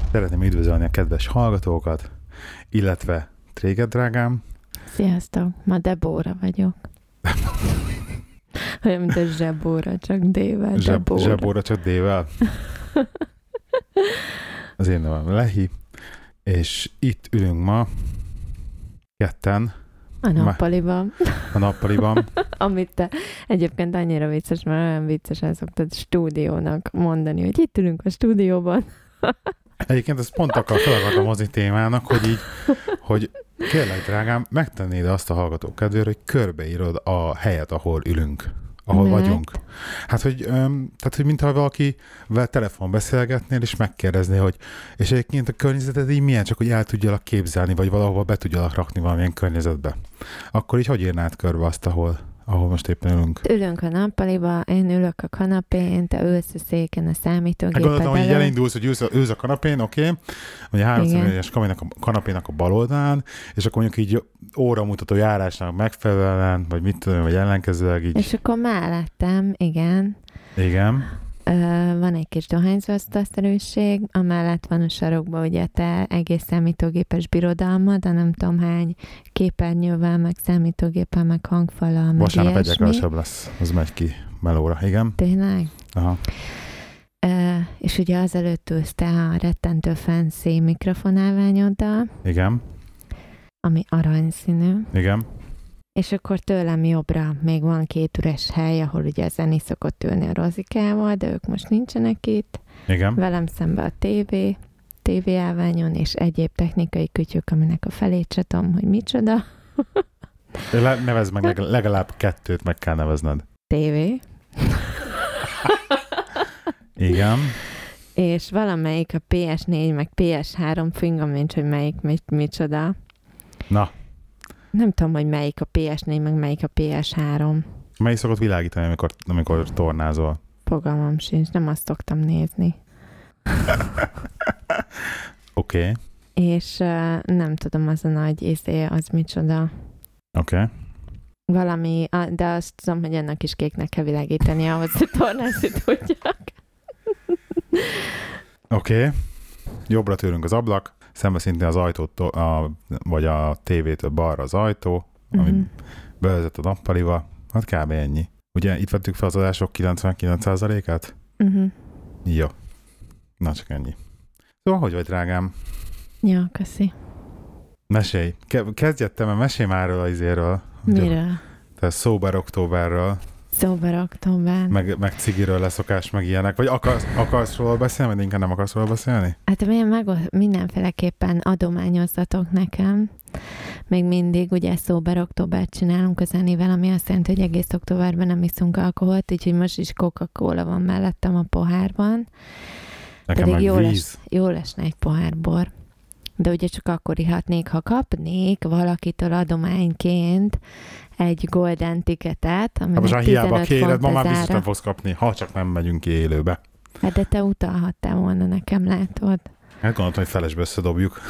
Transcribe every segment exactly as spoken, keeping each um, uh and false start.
Szeretném üdvözölni a kedves hallgatókat, illetve téged, drágám. Sziasztok, ma Debóra vagyok. Olyan, mint a Zsebóra, csak D-vel. Zseb, Zsebóra, csak D-vel. Az én nevem Lehi, és itt ülünk ma ketten. A nappaliban. A nappaliban. Amit te egyébként annyira vicces, mert olyan viccesen szoktad stúdiónak mondani, hogy itt ülünk a stúdióban. Egyébként ezt pont akar, fel akartam hozni témának, hogy így, hogy kérlek, drágám, megtennéd azt a hallgatók kedvére, hogy körbeírod a helyet, ahol ülünk, ahol Mert? vagyunk. Hát, hogy, öm, tehát, hogy mintha valakivel telefon beszélgetnél, és megkérdeznél, hogy és egyébként a környezeted így milyen, csak hogy el tudjalak képzelni, vagy valahova be tudjalak rakni valamilyen környezetbe. Akkor így hogy írnád körbe azt, ahol, ahol most éppen ülünk? Ülünk a nappaliba, én ülök a kanapén, te ülsz a széken a számítógéped hát gondoltam, hogy előtt. elindulsz, hogy ülsz a, ülsz a kanapén, oké, okay, vagy a háromszögletes kanapénak a, kanapénak a bal oldalán, és akkor mondjuk így óramutató járásnak megfelelően, vagy mit tudom, vagy ellenkezőleg így. És akkor mellettem, igen, Igen. van egy kis dohányzóasztalszerűség, amellett van a sarokban ugye te egész számítógépes birodalmad, de nem tudom hány képernyővel, meg számítógéppel, meg hangfallal, meg Vasárnap egyre ilyesmi. kevesebb lesz, az megy ki melóra, igen. Tényleg? Aha. Uh, és ugye azelőtt ülsz te a rettentő fancy mikrofonálványoddal, Igen. ami aranyszínű, Igen. és akkor tőlem jobbra még van két üres hely, ahol ugye a Zeni szokott ülni a Rozikával, de ők most nincsenek itt. Igen. Velem szembe a tévé, tévéállványon, és egyéb technikai kütyük, aminek a felét se tudom, hogy micsoda. Le- nevezd meg, legalább, legalább kettőt meg kell nevezned. Tévé. Igen. És valamelyik a pé es négy, meg pé es három, fingom nincs, hogy melyik mit, micsoda. Na, Nem tudom, hogy melyik a pé es négy, meg melyik a pé es három. mely szokott világítani, amikor, amikor tornázol? Fogalmam sincs, nem azt szoktam nézni. Oké. Okay. És uh, nem tudom, az a nagy izé, az micsoda. Oké. Okay. Valami, de azt tudom, hogy ennek is kéknek kell világítani, ahhoz, hogy tornázni tudjak. Oké. Okay. Jobbra tőlünk az ablak, szembe szintén az ajtót, a, vagy a tévétől balra az ajtó, ami Uh-huh. bevezet a nappaliba. Hát kb. Ennyi. Ugye itt vettük fel az adások kilencvenkilenc százalékát? Uh-huh. Jó. Na csak ennyi. Szóval, hogy vagy, drágám? Jó, köszi. Mesélj. Ke- kezdjed te, mert mesélj már erről az izéről. Miről? Tehát Sober Októberről, Sober október. meg, meg cigiről leszokás, meg ilyenek. Vagy akarsz, akarsz róla beszélni, vagy inkább nem akarsz róla beszélni? Hát én meg mindenféleképpen adományozzatok nekem. Még mindig ugye Sober októbert csinálunk a Zenivel, ami azt jelenti, hogy egész októberben nem iszunk alkoholt, úgyhogy most is Coca-Cola van mellettem a pohárban. Nekem Pedig meg jó, víz. lesz, jó lesne egy pohár bor. De ugye csak akkor ihatnék, ha kapnék valakitől adományként egy golden ticketet, Hát most aminek már hiába tizenöt kéred, font ma az már biztos ára. nem fogsz kapni, ha csak nem megyünk ki élőbe. Hát de te utalhattál volna nekem, látod? Hát gondoltam, hogy felesbe összedobjuk.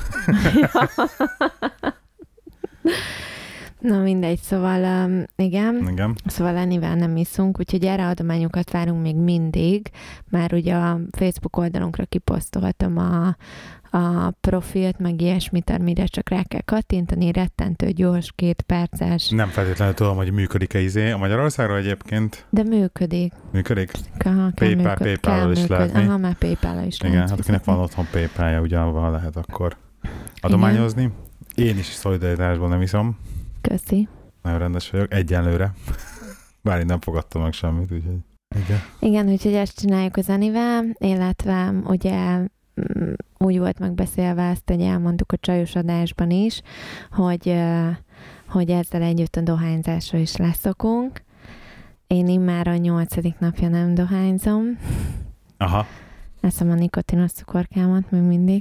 Na mindegy, szóval um, igen, Igen. szóval Enivel nem iszunk, úgyhogy erre adományokat várunk még mindig. Már ugye a Facebook oldalunkra kiposztoltam a, a profilt, meg ilyesmit, amire csak rá kell kattintani, rettentő gyors, két perces. Nem feltétlenül tudom, hogy működik-e izé. A Magyarországról egyébként De működik. működik? Ka, PayPal, PayPal-al is lehetni. Aha, már PayPal-al is Igen, lehet hát akinek fizetni. van otthon PayPal-ja, ugyanabban lehet akkor adományozni. Én is szolidaritásból nem iszom. Köszi. Nagyon rendes vagyok, egyenlőre. Bár én nem fogadtam meg semmit, úgyhogy... Igen. Igen, úgyhogy ezt csináljuk az Anivel, illetve ugye mm, úgy volt megbeszélve, ezt ugye elmondtuk a csajos adásban is, hogy, ö, hogy ezzel együtt a dohányzásra is leszokunk. Én immár a nyolcadik napja nem dohányzom. Aha. Eszem a nikotinos cukorkámat még mindig.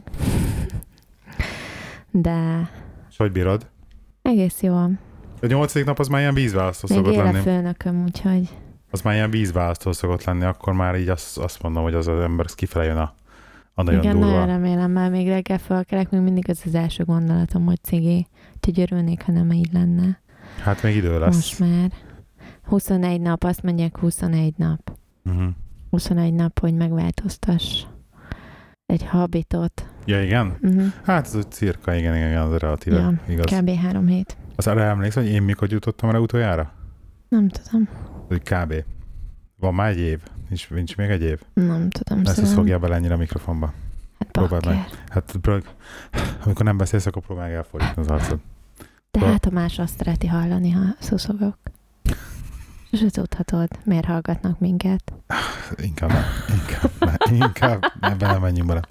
De És hogy bírod? egész jó. A nyolcadik nap az már ilyen vízválasztó Még szokott él a lenni. főnököm, úgyhogy... Az már ilyen vízválasztó szokott lenni, akkor már így azt, azt mondom, hogy az az ember kifele jön a, a nagyon Igen, durva. nagyon remélem, már még reggel felkelek, még mindig az az első gondolatom, hogy cigi. Úgyhogy örülnék, ha nem így lenne. Hát még idő lesz. Most már. huszonegy nap, azt mondják huszonegy nap. Uh-huh. huszonegy nap, hogy megváltoztass egy habitot. Ja, igen? Uh-huh. Hát ez úgy cirka, igen, igen, az relatíve ja, igaz. kb. három hét. Az arra emlékszem, hogy én mikor jutottam rá utoljára? Nem tudom. Hogy kb. Van már egy év? Nincs, nincs még egy év? Nem tudom. Ezt szóval... fogjál bele ennyire a mikrofonba. Hát próbáld bakker. meg. Hát próbálj, amikor nem beszélsz, akkor próbálj elfordítani az arcod. De Ba- hát a más azt szereti hallani, ha szuszogok. És tudhatod, miért hallgatnak minket. Inkább ne, inkább ne, inkább ne belemenjünk bele.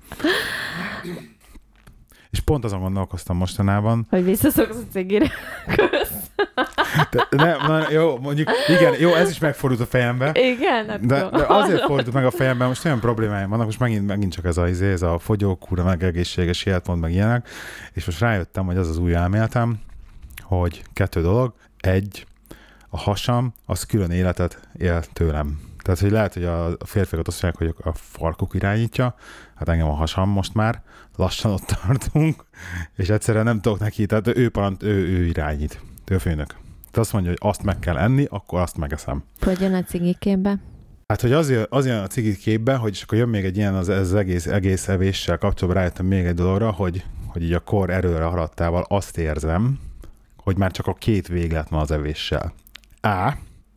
És pont azon gondolkoztam mostanában. Hogy visszaszoksz a cigire. Kösz. De, ne, na, jó, mondjuk, igen, jó, ez is megfordult a fejembe. Igen, hát De, jó. de azért fordult meg a fejemben, most olyan problémáim vannak, most megint, megint csak ez a, ez a fogyókúra, meg egészséges életmód, meg ilyenek, és most rájöttem, hogy az az új elméletem, hogy kettő dolog. Egy, a hasam, az külön életet él tőlem. Tehát, hogy lehet, hogy a férfiakat azt mondják, hogy a farkuk irányítja, hát engem a hasam most már, lassan ott tartunk, és egyszerűen nem tudok neki, tehát ő, parant, ő, ő irányít, ő a főnök. Tehát azt mondja, hogy azt meg kell enni, akkor azt megeszem. Hogy jön a cigiképbe? Hát, hogy azért, azért a cigi képbe, hogy és akkor jön még egy ilyen az, az egész, egész evéssel kapcsolatban rájöttem még egy dologra, hogy, hogy így a kor erőre haladtával azt érzem, hogy már csak a két véglet van az evéssel. A.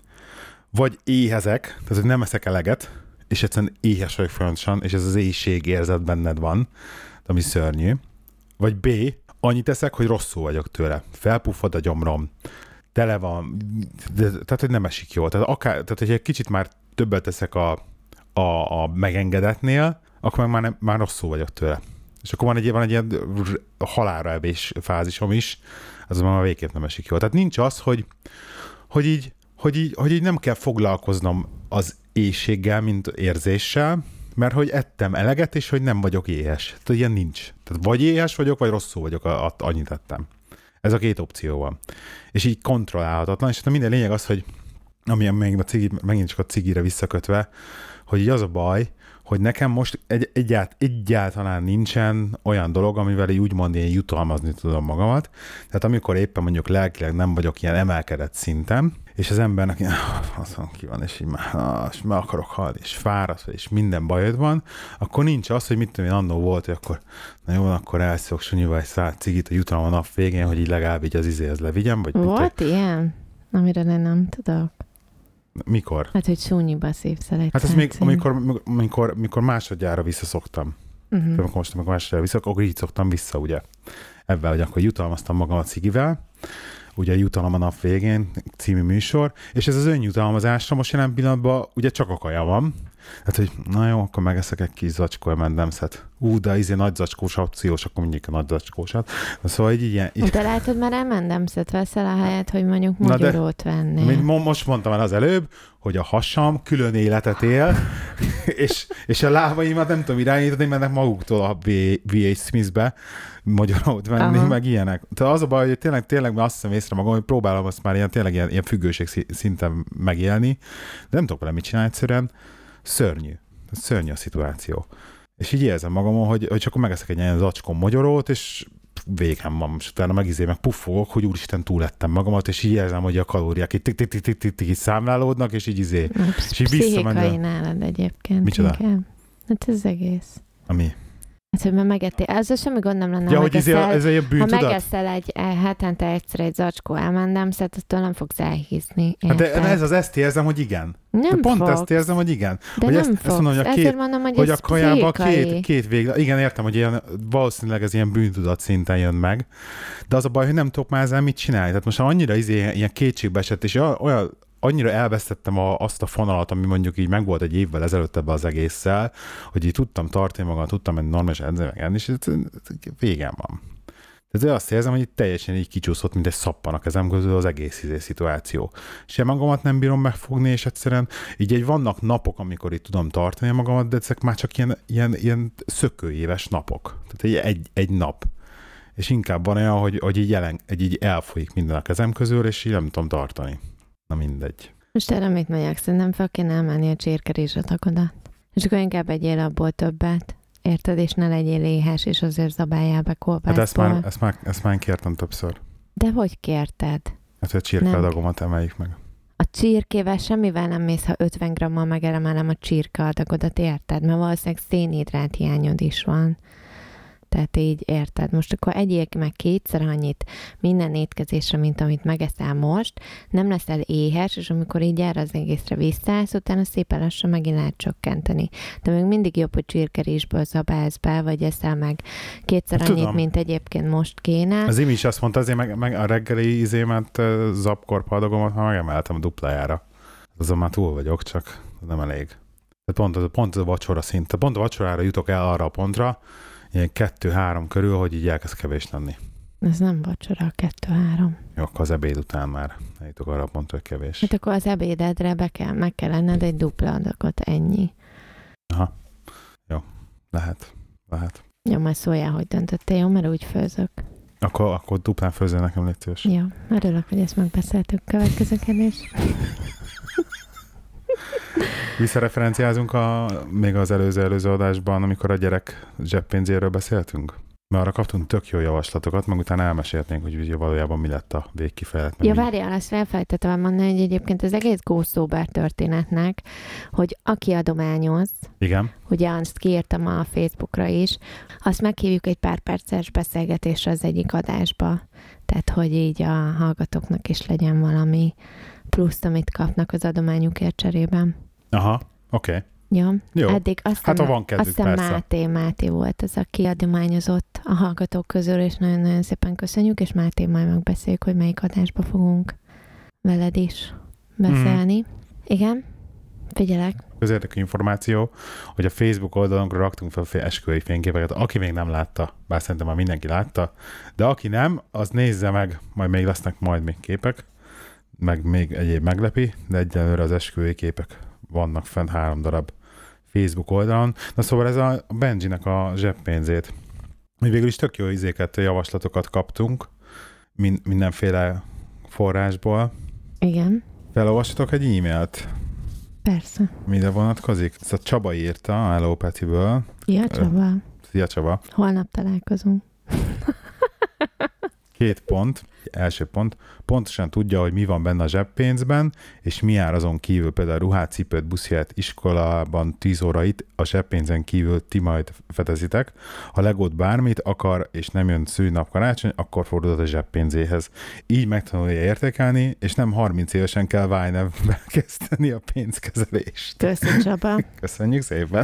Vagy éhezek, tehát hogy nem eszek eleget, és egyszerűen éhes vagyok folyamatosan, és ez az éhség érzet benned van, ami szörnyű. Vagy B. Annyit eszek, hogy rosszul vagyok tőle. Felpuffad a gyomrom. Tele van, de, tehát hogy nem esik jól. Tehát, akár, tehát hogy egy kicsit már többet teszek a, a, a megengedetnél, akkor meg már, nem, már rosszul vagyok tőle. És akkor van egy, van egy ilyen halálra evés fázisom is, az már végképp nem esik jól. Tehát nincs az, hogy, hogy, így, hogy, így, hogy így nem kell foglalkoznom az éhséggel, mint érzéssel, mert hogy ettem eleget, és hogy nem vagyok éhes. Tehát ilyen nincs. Tehát vagy éhes vagyok, vagy rosszul vagyok, annyit ettem. Ez a két opció van. És így kontrollálhatatlan, és minden lényeg az, hogy ami még a cigi, megint csak a cigire visszakötve, hogy így az a baj, hogy nekem most egy, egyált, egyáltalán nincsen olyan dolog, amivel így úgymond én jutalmazni tudom magamat. Tehát amikor éppen mondjuk lelkileg nem vagyok ilyen emelkedett szinten, és az embernek ilyen, azon ki van, és így már, ah, és meg akarok halni, és fáradt, és minden bajod van, akkor nincs az, hogy mit tudom én, annó volt, hogy akkor, na jó, akkor elszok sunyival egy száz cigit a jutalom a nap végén, hogy így legalább így az izéhez levigyem, vagy volt ilyen? Amire én nem tudok. Mikor? Hát, hogy súnyiba szívsz el egy Hát ez még, amikor, amikor, amikor másodjára visszaszoktam. Uh-huh. Amikor most, amikor másodjára vissza, akkor így szoktam vissza, ugye. Ebben, hogy akkor jutalmaztam magam a cigivel, ugye Jutalom a nap végén című műsor, és ez az önjutalmazásra most jelen pillanatban ugye csak a kaja van. Hát, hogy na jó, akkor megeszek egy kis zacskó em and em's-et. Ú, de izé nagy zacskós opciós, akkor mindig a nagy zacskósat. Szóval így ilyen... Így... De látod, már em and em's-et veszel a helyet, hogy mondjuk magyarót vennél. Most mondtam el az előbb, hogy a hasam külön életet él, és, és a lábaimat nem tudom irányítani, mennek maguktól a vé há Smith-be magyarót venni, aha, meg ilyenek. Tehát az a baj, hogy tényleg, tényleg azt hiszem észre magam, hogy próbálom azt már ilyen, tényleg ilyen, ilyen függőség szinten megélni, de nem tudok vele mit csinálni egyszerűen. Szörnyű. Szörnyű a szituáció. És így érzem magamon, hogy, hogy csak akkor megeszek egy ilyen zacskó magyarót, és végem van, és utána megizé, meg puffogok, hogy úristen, túlettem magamat, és így érzem, hogy a kalóriák így tik-tik-tik-tik számlálódnak, és így izé. És így pszichikai nálad egyébként. Micsoda? Inkább. Hát ez egész. Ami? Hát, hogy már megettél. Ezzel semmi gond nem lenne. Ja, hogy izé, ez egy bűntudat? Ha megeszel egy hetente egyszer egy zacskó em and em's-et, attól nem fogsz elhízni. Hát de ez az, ezt érzem, hogy igen. Nem de pont fogsz. ezt érzem, hogy igen. De hogy nem ezt, fogsz. ezt mondom, hogy a két, ezért mondom, hogy, hogy ez a kajában pszichikai. két, két véglet. Igen, értem, hogy ilyen, valószínűleg ez ilyen bűntudat szinten jön meg. De az a baj, hogy nem tudok már ezzel mit csinálni. Tehát most annyira izé, ilyen kétségbe esett, és olyan, annyira elvesztettem a, azt a fonalat, ami mondjuk így megvolt egy évvel ezelőtt ebben az egésszel, hogy így tudtam tartani magam, tudtam menni normális edzeni meg enni, és végem van. Tehát azt érzem, hogy itt teljesen így kicsúszott, mint egy szappan a kezem közül az egész izé szituáció. És én magamat nem bírom megfogni, és egyszerűen így egy vannak napok, amikor itt tudom tartani magamat, de ezek már csak ilyen, ilyen, ilyen szökőéves napok. Tehát egy, egy, egy nap. És inkább van olyan, hogy, hogy így, jelen, egy így elfolyik minden a kezem közül, és így nem tudom tartani. Na mindegy. Most erre mit mondják? Szerintem fel kéne emelni a csirkerésatakodat. És akkor inkább egyél abból többet. Érted? És ne legyél éhes, és azért zabáljál be kolbászból. Hát ezt már, ezt, már, ezt már kértem többször. De hogy kérted? Hát, hogy a csirkeadagomat emeljük meg. A csirkével semmivel nem mész, ha ötven grammal megelemelem a csirkeadagodat, érted? Mert valószínűleg szénhidrát hiányod is van. Tehát így érted. Most akkor egyél meg kétszer annyit minden étkezésre, mint amit megeszel most, nem leszel éhes, és amikor így erre az egészre visszaállsz, utána szépen lassan megint lehet csökkenteni. De még mindig jobb, hogy csirkerésből zabálsz be, vagy eszel meg kétszer annyit, Tudom. mint egyébként most kéne. Az Imi is azt mondta, azért meg, meg a reggeli izémet, zapkorpa adagomat már megemeltem a duplájára. Azon már túl vagyok, csak nem elég. Pont, pont a vacsora szint. Pont a vacsorára jutok el arra a pontra, ilyen kettő-három körül, hogy így elkezd kevés lenni. Ez nem vacsora, a kettő-három. Jó, akkor az ebéd után már eljutok arra a pontra, hogy kevés. Hát akkor az ebédedre be kell, meg kell lenned egy dupla adagot, ennyi. Aha. Jó. Lehet. Lehet. Jó, majd szóljál, hogy döntöttél, jó? Mert úgy főzök. Akkor, akkor duplán főzzél nekem, légy szíves. Jó. Örülök, hogy ezt megbeszéltük. Következő kérdés. Visszareferenciázunk a, még az előző-előző adásban, amikor a gyerek zseppénzéről beszéltünk? Mert arra kaptunk tök jó javaslatokat, meg utána elmeséltnénk, hogy valójában mi lett a végkifejlet. Ja, várjál, azt felfejtettem mondani, hogy egyébként az egész Gószóber történetnek, hogy aki adományoz, igen, ugye azt kiírtam a Facebookra is, azt meghívjuk egy pár perces beszélgetésre az egyik adásba. Tehát, hogy így a hallgatóknak is legyen valami plusz, amit kapnak az adományukért cserében. Aha, oké. Okay. Ja, jó. Eddig azt hát, ha van kedvük, azt persze. Máté, Máté volt az, aki adományozott a hallgatók közül, és nagyon-nagyon szépen köszönjük, és Máté majd megbeszéljük, hogy melyik adásba fogunk veled is beszélni. Mm. Igen, figyelek. Közérdekű információ, hogy a Facebook oldalunkra raktunk fel esküvői fényképeket, aki még nem látta, bár szerintem már mindenki látta, de aki nem, az nézze meg, majd még lesznek majd még képek, meg még egyéb meglepi, de egyelőre az esküvői képek vannak fent három darab Facebook oldalon. Na szóval ez a Benjinek a zseppénzét. Mi végül is tök jó izéket, javaslatokat kaptunk min- mindenféle forrásból. Igen. Felolvassatok egy e-mailt. Persze. Mire vonatkozik? Ez a Csaba írta, Hello Petiből. Szia Csaba. Szia Csaba. Holnap találkozunk. Két pont. Első pont. Pontosan tudja, hogy mi van benne a zseppénzben, és mi jár azon kívül, például ruhát, cipőt, buszját, iskolában tíz órait, a zseppénzen kívül ti majd fedezitek. Ha legót bármit akar, és nem jön szülinap karácsony, akkor fordulhat a zseppénzéhez. Így megtanulja értékelni, és nem harminc évesen kell vájnevbe kezdeni a pénzkezelést. Köszönjük, Csaba. Köszönjük szépen.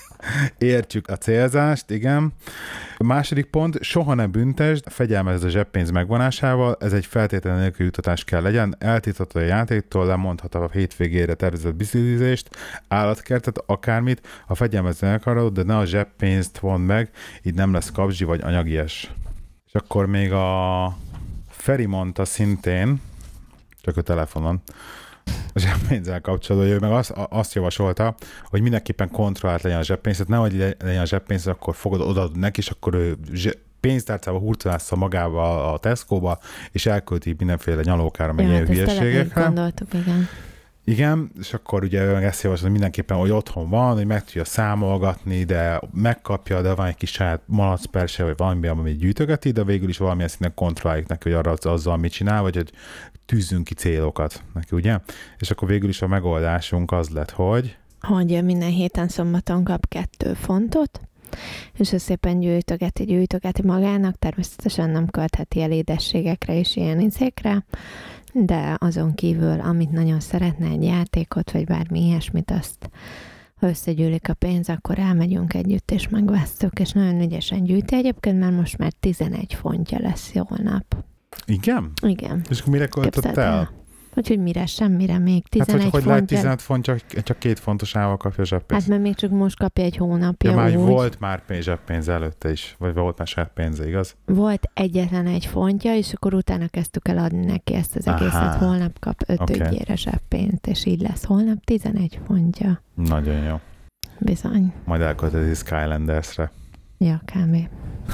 Értjük a célzást, igen. A második pont, soha ne büntesd, fegyelmezd a zseppénz megvonásával, ez egy feltétlen nélkül jutatás kell legyen, eltilthatod a játéktól, lemondhatod a hétvégére tervezett biciklizést, állatkertet, akármit, ha fegyelmezni akarod, de ne a zseppénzt von meg, így nem lesz kapzsi vagy anyagies. És akkor még a Feri mondta szintén, csak a telefonon, a zseppénzzel kapcsolatban, ő meg azt, azt javasolta, hogy mindenképpen kontrollált legyen a zseppénz, tehát nehogy legyen a zseppénz, akkor fogod odaadni neki, és akkor ő pénztárcába hurcolásza magába a Tesco-ba, és elkölti mindenféle nyalókára, meg ilyen hülyeségekre. Gondoltuk, igen. Igen, és akkor ugye ő meg ezt javasolta, hogy mindenképpen, hogy otthon van, hogy meg tudja számolgatni, de megkapja, de van egy kis saját malacperse, vagy valami, ami gyűjtögeti, de végül is valamilyen szinten kontrolláljuk neki, hogy arra azzal mit csinál, vagy hogy tűzzünk ki célokat neki, ugye? És akkor végül is a megoldásunk az lett, hogy... Hogy minden héten szombaton kap kettő fontot, és ő szépen gyűjtögeti, gyűjtögeti magának, természetesen nem költheti el édességekre és ilyen izékre, de azon kívül, amit nagyon szeretne, egy játékot, vagy bármi ilyesmit, azt ha összegyűlik a pénz, akkor elmegyünk együtt, és megvesztük, és nagyon ügyesen gyűjti egyébként, mert most már tizenegy fontja lesz holnap. Igen? Igen. És akkor mire költött el? Úgyhogy mire, semmire, még tizenegy hát, hogy, fontja. hogy lehet tizenöt font, csak, csak két fontosával kapja a zseppénzt. Hát mert még csak most kapja egy hónapja. Ja, már úgy. volt már pénz, zseppénz előtte is, vagy volt már saját pénze, igaz? Volt egyetlen egy fontja, és akkor utána kezdtük el adni neki ezt az egészet. Aha. Holnap kap ötödjére okay. zseppénzt, és így lesz holnap tizenegy fontja. Nagyon jó. Bizony. Majd elköltözi Skylanders-re. Ja, kb.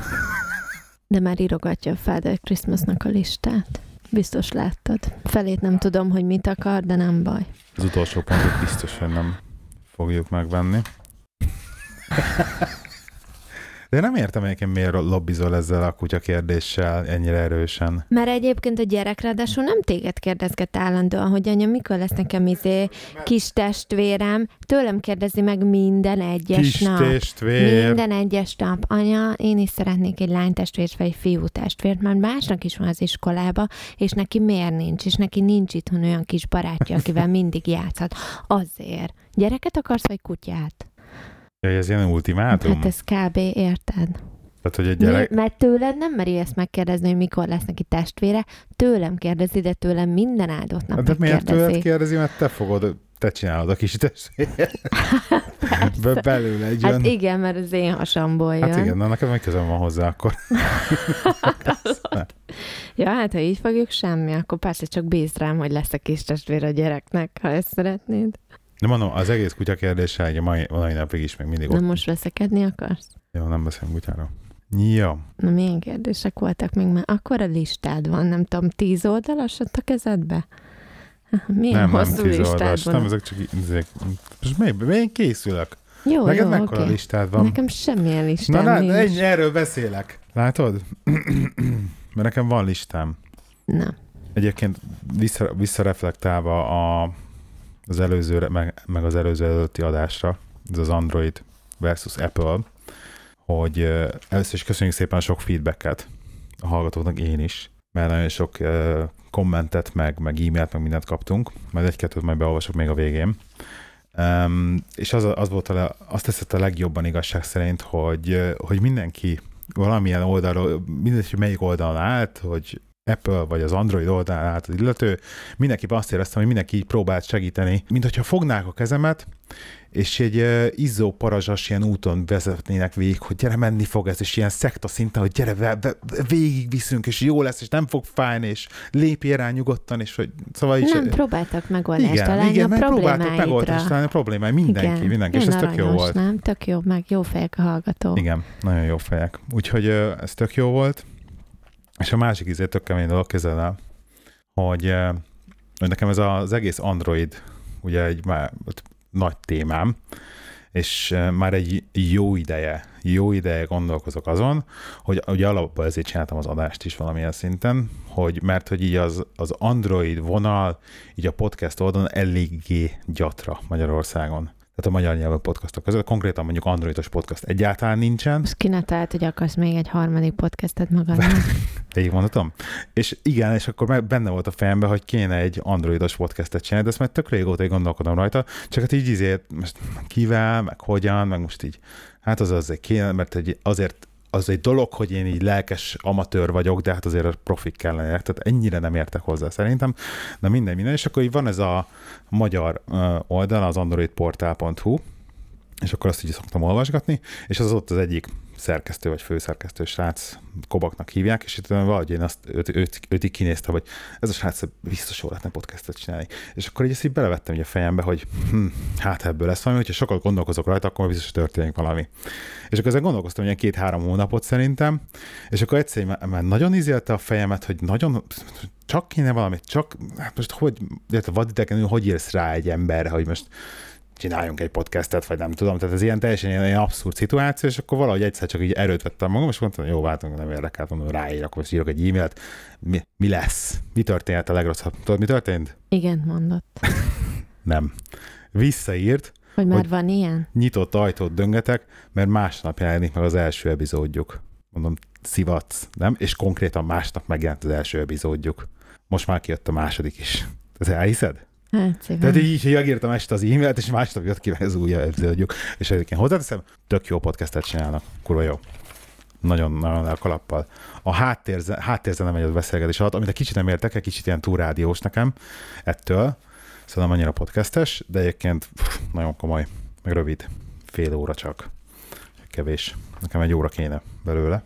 De már írogatja a Father Christmasnak a listát. Biztos láttad. Felét nem tudom, hogy mit akar, de nem baj. Az utolsó pontot biztos, hogy nem fogjuk megvenni. De nem értem egyébként, miért lobbizol ezzel a kutya kérdéssel ennyire erősen. Mert egyébként a gyerek ráadásul nem téged kérdezget állandóan, hogy anya, mikor lesz nekem izé kis testvérem, tőlem kérdezi meg minden egyes kis nap. testvér. Minden egyes nap. Anya, én is szeretnék egy lánytestvért vagy egy fiú testvért, mert másnak is van az iskolába, és neki miért nincs, és neki nincs itthon olyan kis barátja, akivel mindig játszhat. Azért. Gyereket akarsz, vagy kutyát? Ja, ez ilyen ultimátum? Hát ez kb. Érted? Tehát, hogy egy gyerek... Mi, mert tőled nem meri ezt megkérdezni, hogy mikor lesz neki testvére, tőlem kérdezi, de tőlem minden áldott nap De miért megkérdezi. tőled kérdezi, mert te fogod, te csinálod a kis testvéret. Be, belőle egy Hát jön. igen, mert az én hasamból jön. Hát igen, na nekem meg közöm van hozzá akkor. Ja, hát ha így fogjuk, semmi, akkor persze csak bízd rám, hogy lesz a kis testvér a gyereknek, ha ezt szeretnéd. De mondom, az egész kutya kérdése egy mai, mai napig is még mindig Na ott. most veszekedni akarsz? Jó, nem beszélünk kutyáról. Jó. Na milyen kérdések voltak még már? Akkor a listád van, nem tudom, tíz oldalas ott a kezedbe? Milyen nem, hosszú nem tíz listád oldalás, van? nem, ezek csak ezek, most még, még készülök. Jó, Neked jó, mekkora oké. listád van? Nekem semmilyen listám Na, lát, nincs. ennyi, erről beszélek. Látod? Mert nekem van listám. Na. Egyébként vissza, visszareflektálva a, az előző, meg, meg az előző előtti adásra, ez az Android versus Apple, hogy uh, először is köszönjük szépen a sok feedbacket a hallgatóknak, én is, mert nagyon sok uh, kommentet, meg, meg e-mailt, meg mindent kaptunk, majd egy-kettőt majd beolvasok még a végén. Um, és az, az volt a, azt teszett a legjobban igazság szerint, hogy, hogy mindenki valamilyen oldalról, mindegy, hogy melyik oldalon állt, hogy Apple vagy az Android oldalán állt az illető, mindenki azt éreztem, hogy mindenki így próbált segíteni, mint hogyha fognák a kezemet, és egy uh, izzó parazsas ilyen úton vezetnének végig, hogy gyere, menni fog ez, és ilyen szekta szinten, hogy gyere, ve, ve, végig viszünk, és jó lesz, és nem fog fájni, és lépjél rá nyugodtan, és hogy... Szóval is, Nem, próbáltak megoldást igen, találni igen, a problémáidra. próbáltak megoldást találni a problémáid, mindenki, igen, mindenki, és ez tök jó volt. Nem, tök jó, meg jó fejek a hallgatók. Igen, nagyon jó fejek. Úgyhogy uh, ez tök jó volt. És a másik izé tök kemény dolog, képzeld el, hogy, uh, hogy nekem ez az egész Android ugye egy már nagy témám, és már egy jó ideje, jó ideje gondolkozok azon, hogy ugye alapban ezért csináltam az adást is valamilyen szinten, hogy, mert hogy így az, az Android vonal, így a podcast oldalon eléggé gyatra Magyarországon. Tehát a magyar nyelvű podcastok között, konkrétan mondjuk androidos podcast egyáltalán nincsen. Most ki ne talált, hogy akarsz még egy harmadik podcastet magadnak. Így mondhatom? És igen, és akkor benne volt a fejemben, hogy kéne egy androidos podcastet csinálni, de ezt már tök régóta gondolkodom rajta, csak hát így izért, most kivel, meg hogyan, meg most így, hát az azért kéne, mert egy, azért az egy dolog, hogy én így lelkes amatőr vagyok, de hát azért a profik kellenek, tehát ennyire nem értek hozzá szerintem, de minden, minden, és akkor így van ez a magyar oldal, az androidportál pont hu, és akkor azt így szoktam olvasgatni, és az ott az egyik szerkesztő vagy főszerkesztő srác, Kobaknak hívják, és itt valahogy én azt őt, őt, őt így kinéztem, hogy ez a srác biztos jól lehetne podcastet csinálni. És akkor így ezt így belevettem így a fejembe, hogy hm, hát ebből lesz valami, hogyha sokat gondolkozok rajta, akkor biztos történik valami. És akkor ezzel gondolkoztam ilyen két-három hónapot szerintem, és akkor egyszer már, már nagyon izélte a fejemet, hogy nagyon csak kéne valamit, csak, hát most hogy, vadidegenül, hogy írsz rá egy emberre, hogy most csináljunk egy podcastet, vagy nem tudom, tehát ez ilyen teljesen ilyen, ilyen abszurd szituáció, és akkor valahogy egyszer csak így erőt vettem magam, és mondtam, jó, váltunk, nem érdekelt, mondom, ráír, akkor most írok egy e-mailt, mi, mi lesz? Mi történt a legrosszabb? Tudod, mi történt? Igen, mondott. Nem. Visszaírt, hogy már hogy van ilyen? Nyitott ajtót döngetek, mert másnap jelenik meg az első epizódjuk. Mondom, szivatsz, nem? És konkrétan másnap megjelent az első epizódjuk. Most már kijött a második is. Ezt elhiszed? Hát szépen. Tehát így, hogy megírtam este az e-mailt, és másnap jött ki meg az új epizódjuk. És egyébként hozzáteszem, tök jó podcastet csinálnak. Kurva jó. Nagyon-nagyon a kalappal. A háttérze, háttérzene megy a beszélgetés alatt, amit egy kicsit nem értek, egy kicsit ilyen túl rádiós nekem ettől. Szóval nem annyira podcastes, de egyébként pff, nagyon komoly, meg rövid. Fél óra csak. Kevés. Nekem egy óra kéne belőle.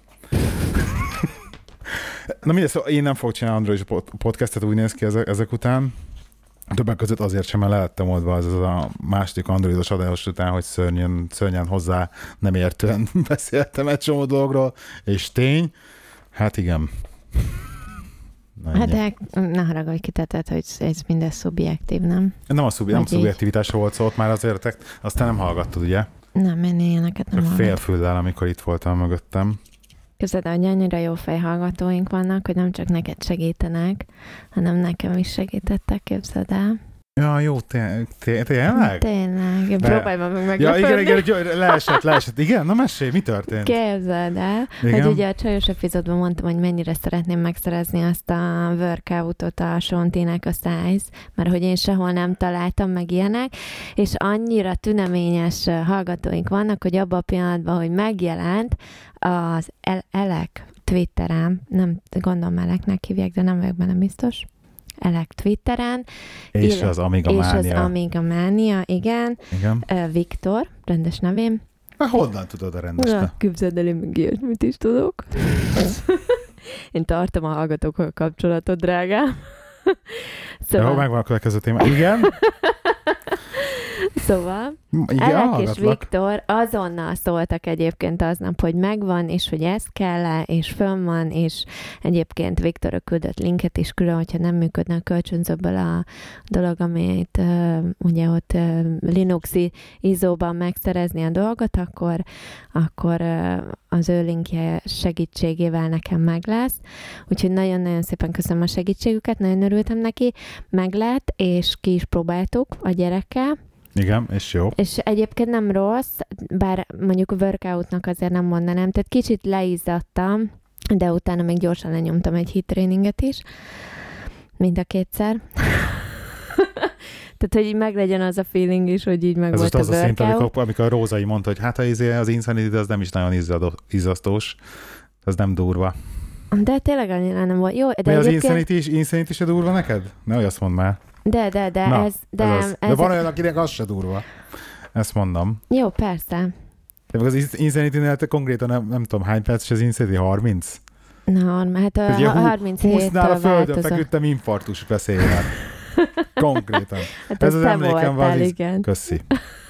Na mindegy, szóval én nem fogok csinálni Android podcastet, úgy néz ki ezek, ezek után. Többek között azért sem, mert le lettem oldva az, az a második androidos adás után, hogy szörnyen, szörnyen hozzá nem értően beszéltem egy csomó dologról, és tény, hát igen. Na, hát de ne haragudj ki, tehát, hogy ez minden szubjektív, nem? Nem a szubj- nem szubjektivitásról volt szó, ott már azért, aztán nem hallgattad, ugye? Nem, én ilyeneket nem hallgatom. Félfüllel, amikor itt voltam mögöttem. Képzeld, hogy annyira jó fejhallgatóink vannak, hogy nem csak neked segítenek, hanem nekem is segítettek, képzeld el. Ja, jó, tényleg? Tényleg? Tényleg, próbálj meg meglepődni. Ja, igen, igen, leesett, leesett. Igen, na mesélj, mi történt? Képzeld el, igen? Hogy ugye a csajos epizódban mondtam, hogy mennyire szeretném megszerezni azt a workoutot a Sontinek, a Size, mert hogy én sehol nem találtam meg ilyenek, és annyira tüneményes hallgatóink vannak, hogy abban a pillanatban, hogy megjelent az Elek Twitteren, nem gondolom Eleknek hívják, de nem vagyok benne biztos, Elek Twitteren. És illet, az Amiga Mánia. És az Amiga Mánia, igen. igen. Uh, Viktor, rendes nevém. Na, honnan tudod a rendes nevét? Képzeld el, én meg ilyesmit is tudok. Én tartom a hallgatókkal kapcsolatot, drágám. Szóval... Jó, megvan a következő téma. Igen? Szóval, igen, Elek és Viktor azonnal szóltak egyébként aznap, hogy megvan, és hogy ez kell, és fönn van, és egyébként Viktor küldött linket is külön, hogyha nem működne a kölcsönzőből a dolog, amit uh, ugye ott uh, Linuxi izóban megszerezni a dolgot, akkor, akkor uh, az ő linkje segítségével nekem meg lesz. Úgyhogy nagyon-nagyon szépen köszönöm a segítségüket, nagyon örültem neki, meg lett, és ki is próbáltuk a gyerekkel. Igen, és jó. És egyébként nem rossz, bár mondjuk a workoutnak azért nem mondanám, tehát kicsit leizzadtam, de utána még gyorsan lenyomtam egy hit tréninget is, mind a kétszer. Tehát, hogy így meglegyen az a feeling is, hogy így meg ez volt a workout. Ez az a szint, amikor, amikor a Rózai mondta, hogy hát az Insanity, az nem is nagyon izzasztós, az nem durva. De tényleg annyira nem volt. Jó, de Mi egyébként... az Insanity is, Insanity se durva neked? Ne, azt mondd már. De, de, de, Na, ez... De, ez, az. ez de van olyan, akinek az se durva. Ezt mondom. Jó, persze. De az Insanity-nél te konkrétan nem, nem tudom, hány perces az Insanity? harminc? Na, hát a harminchét húsznál a földön feküdtem infarktus veszélyen. Konkrétan. Hát ez az emlékem voltál, az... igen. Köszi.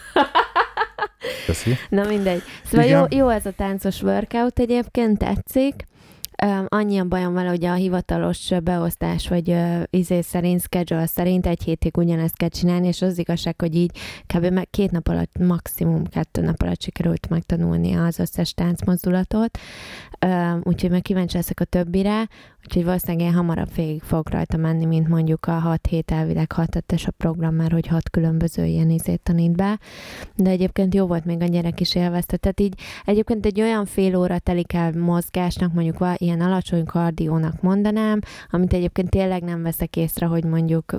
Köszi. Na mindegy. Szóval jó, jó ez a táncos workout egyébként, tetszik. Um, annyi a bajom vele, hogy a hivatalos beosztás, vagy uh, izé szerint, schedule szerint egy hétig ugyanezt kell csinálni, és az igazság, hogy így kb. Két nap alatt, maximum kettő nap alatt sikerült megtanulni az összes táncmozdulatot, um, úgyhogy meg kíváncsi leszek a többire, úgyhogy valószínűleg én hamarabb végig fog rajta menni, mint mondjuk a hat hét elvileg hat hetes a program, mert hogy hat különböző ilyen izét tanít be, de egyébként jó volt, még a gyerek is élvezte, tehát így egyébként egy olyan fél óra telik el mozgásnak, mondjuk ilyen alacsony kardiónak mondanám, amit egyébként tényleg nem veszek észre, hogy mondjuk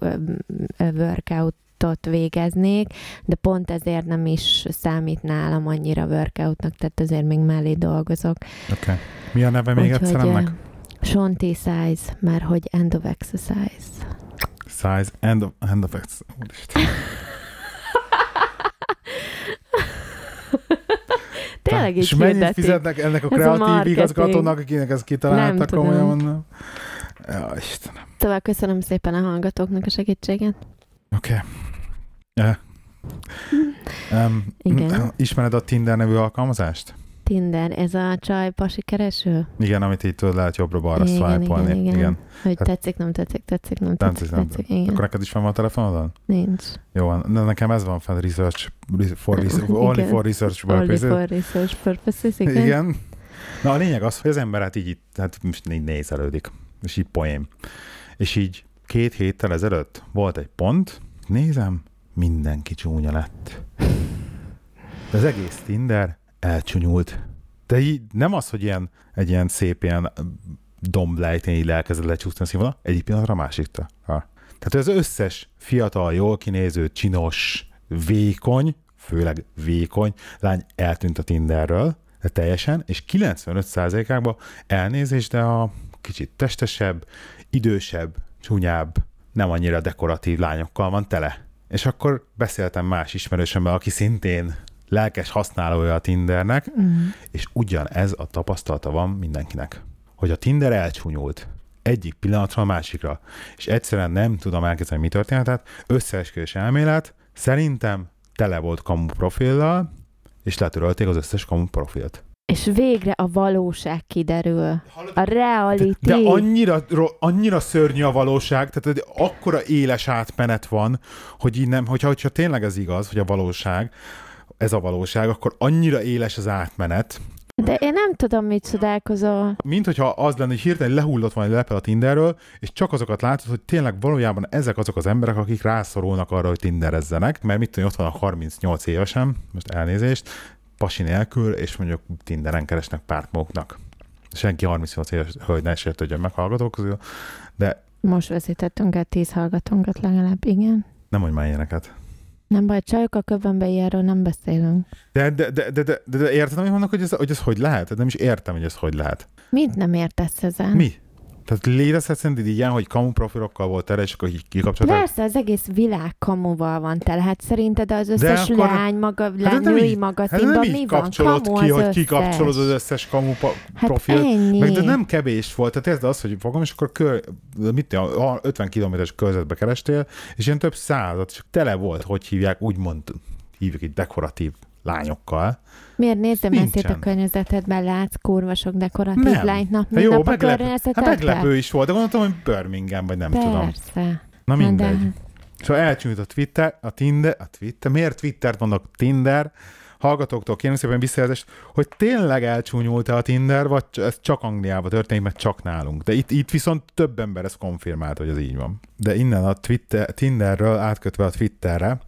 workoutot végeznék, de pont ezért nem is számít nálam annyira workoutnak, tehát azért még mellé dolgozok. Oké. Okay. Mi a neve még egyszer ennek? Sonti Size, mert hogy end of exercise. Size, end of, end of exercise. Tényleg így és mennyit fizetnek ennek a kreatív igazgatónak, akinek ezt kitaláltak, komolyan mondom. Ja, Istenem. Szóval köszönöm szépen a hallgatóknak a segítséget. Oké. Okay. Yeah. Um, Igen. Ismered a Tinder nevű alkalmazást? Tinder, ez a csaj pasi kereső? Igen, amit így tudod, lehet jobbra-balra swipe-olni. Igen, igen, igen. Hogy hát, tetszik, nem tetszik, tetszik, nem tetszik, nem tetszik, igen. Akkor neked is van a telefonodon? Nincs. Jó van, de nekem ez van fel, research, for research only for research purposes. Only for research purposes, igen. igen. Na a lényeg az, hogy az ember hát így, hát most így nézelődik, és így poém. És így két héttel ezelőtt volt egy pont, nézem, mindenki csúnya lett. De az egész Tinder elcsúnyult. De így nem az, hogy ilyen, egy ilyen szép ilyen domblejtén így elkezdett lecsúszni a színvonal, egyik pillanatra a másikra. Ha. Tehát az összes fiatal, jól kinéző, csinos, vékony, főleg vékony lány eltűnt a Tinderről, de teljesen, és kilencvenöt százalékában elnézést, de a kicsit testesebb, idősebb, csúnyább, nem annyira dekoratív lányokkal van tele. És akkor beszéltem más ismerősömmel, aki szintén lelkes használója a Tindernek, mm. és ugyanez a tapasztalata van mindenkinek, hogy a Tinder elcsúnyult egyik pillanatra a másikra, és egyszerűen nem tudom elkezdeni, mi történt, tehát összeesküvés elmélet szerintem tele volt kamu profillal, és letörölték az összes kamu profilt. És végre a valóság kiderül. A reality. De, de annyira, annyira szörnyű a valóság, tehát akkora éles átmenet van, hogy így nem, hogyha, hogyha tényleg ez igaz, hogy a valóság, ez a valóság, akkor annyira éles az átmenet. De én nem tudom, mit csodálkozol. Mint hogyha az lenne, hogy hirtelen lehullott valami lepel a Tinderről, és csak azokat látod, hogy tényleg valójában ezek azok az emberek, akik rászorulnak arra, hogy tinderezzenek, mert mit tudom, ott van a harmincnyolc évesen, most elnézést, pasi nélkül, és mondjuk Tinderen keresnek párt maguknak. Senki harmincnyolc éves hölgy ne sértődjön meg hallgatók közül, de... Most veszítettünk el tíz hallgatónkat legalább, igen. Nem mondj már ilyeneket. Nem baj, csajok a köbbenbe ilyenről nem beszélünk. De, de, de, de, de, de, de érted, hogy vannak, hogy ez, hogy ez hogy lehet? Nem is értem, hogy ez hogy lehet. Mit nem értesz ezen? Mi? Tehát létezhet szerinted ilyen, hogy kamu profilokkal volt tele, és akkor így kikapcsolták? Persze, az egész világ kamuval van tele. Hát szerinted az összes akkor, lány, maga, hát lány női hát magazinban mi van? Kamu ki, az hogy összes. kikapcsolod az összes kamu pa- hát profilt. Ennyi. Meg de nem kevés volt. Tehát érted az, hogy fogom, és akkor kör, mit tudom, ötven kilométeres körzetbe kerestél, és ilyen több százat, és tele volt, hogy hívják, úgymond hívjuk így dekoratív lányokkal. Miért nézzem ezt a környezetedben, látsz kurva sok dekoratív nem. lányt nap, mint nap a környezetedben? Hát meglepő is volt, de gondoltam, hogy Birmingham, vagy nem Persze. tudom. Persze. Na mindegy. De... Szóval elcsúnyt a Twitter, a Tinder, a Twitter, miért Twittert mondok, Tinder, hallgatóktól kérem szépen visszajelzést, hogy tényleg elcsúnyult-e a Tinder, vagy ez csak Angliában történik, mert csak nálunk. De itt, itt viszont több ember ezt konfirmált, hogy ez így van. De innen a Twitter, Tinderről átkötve a Twitterre.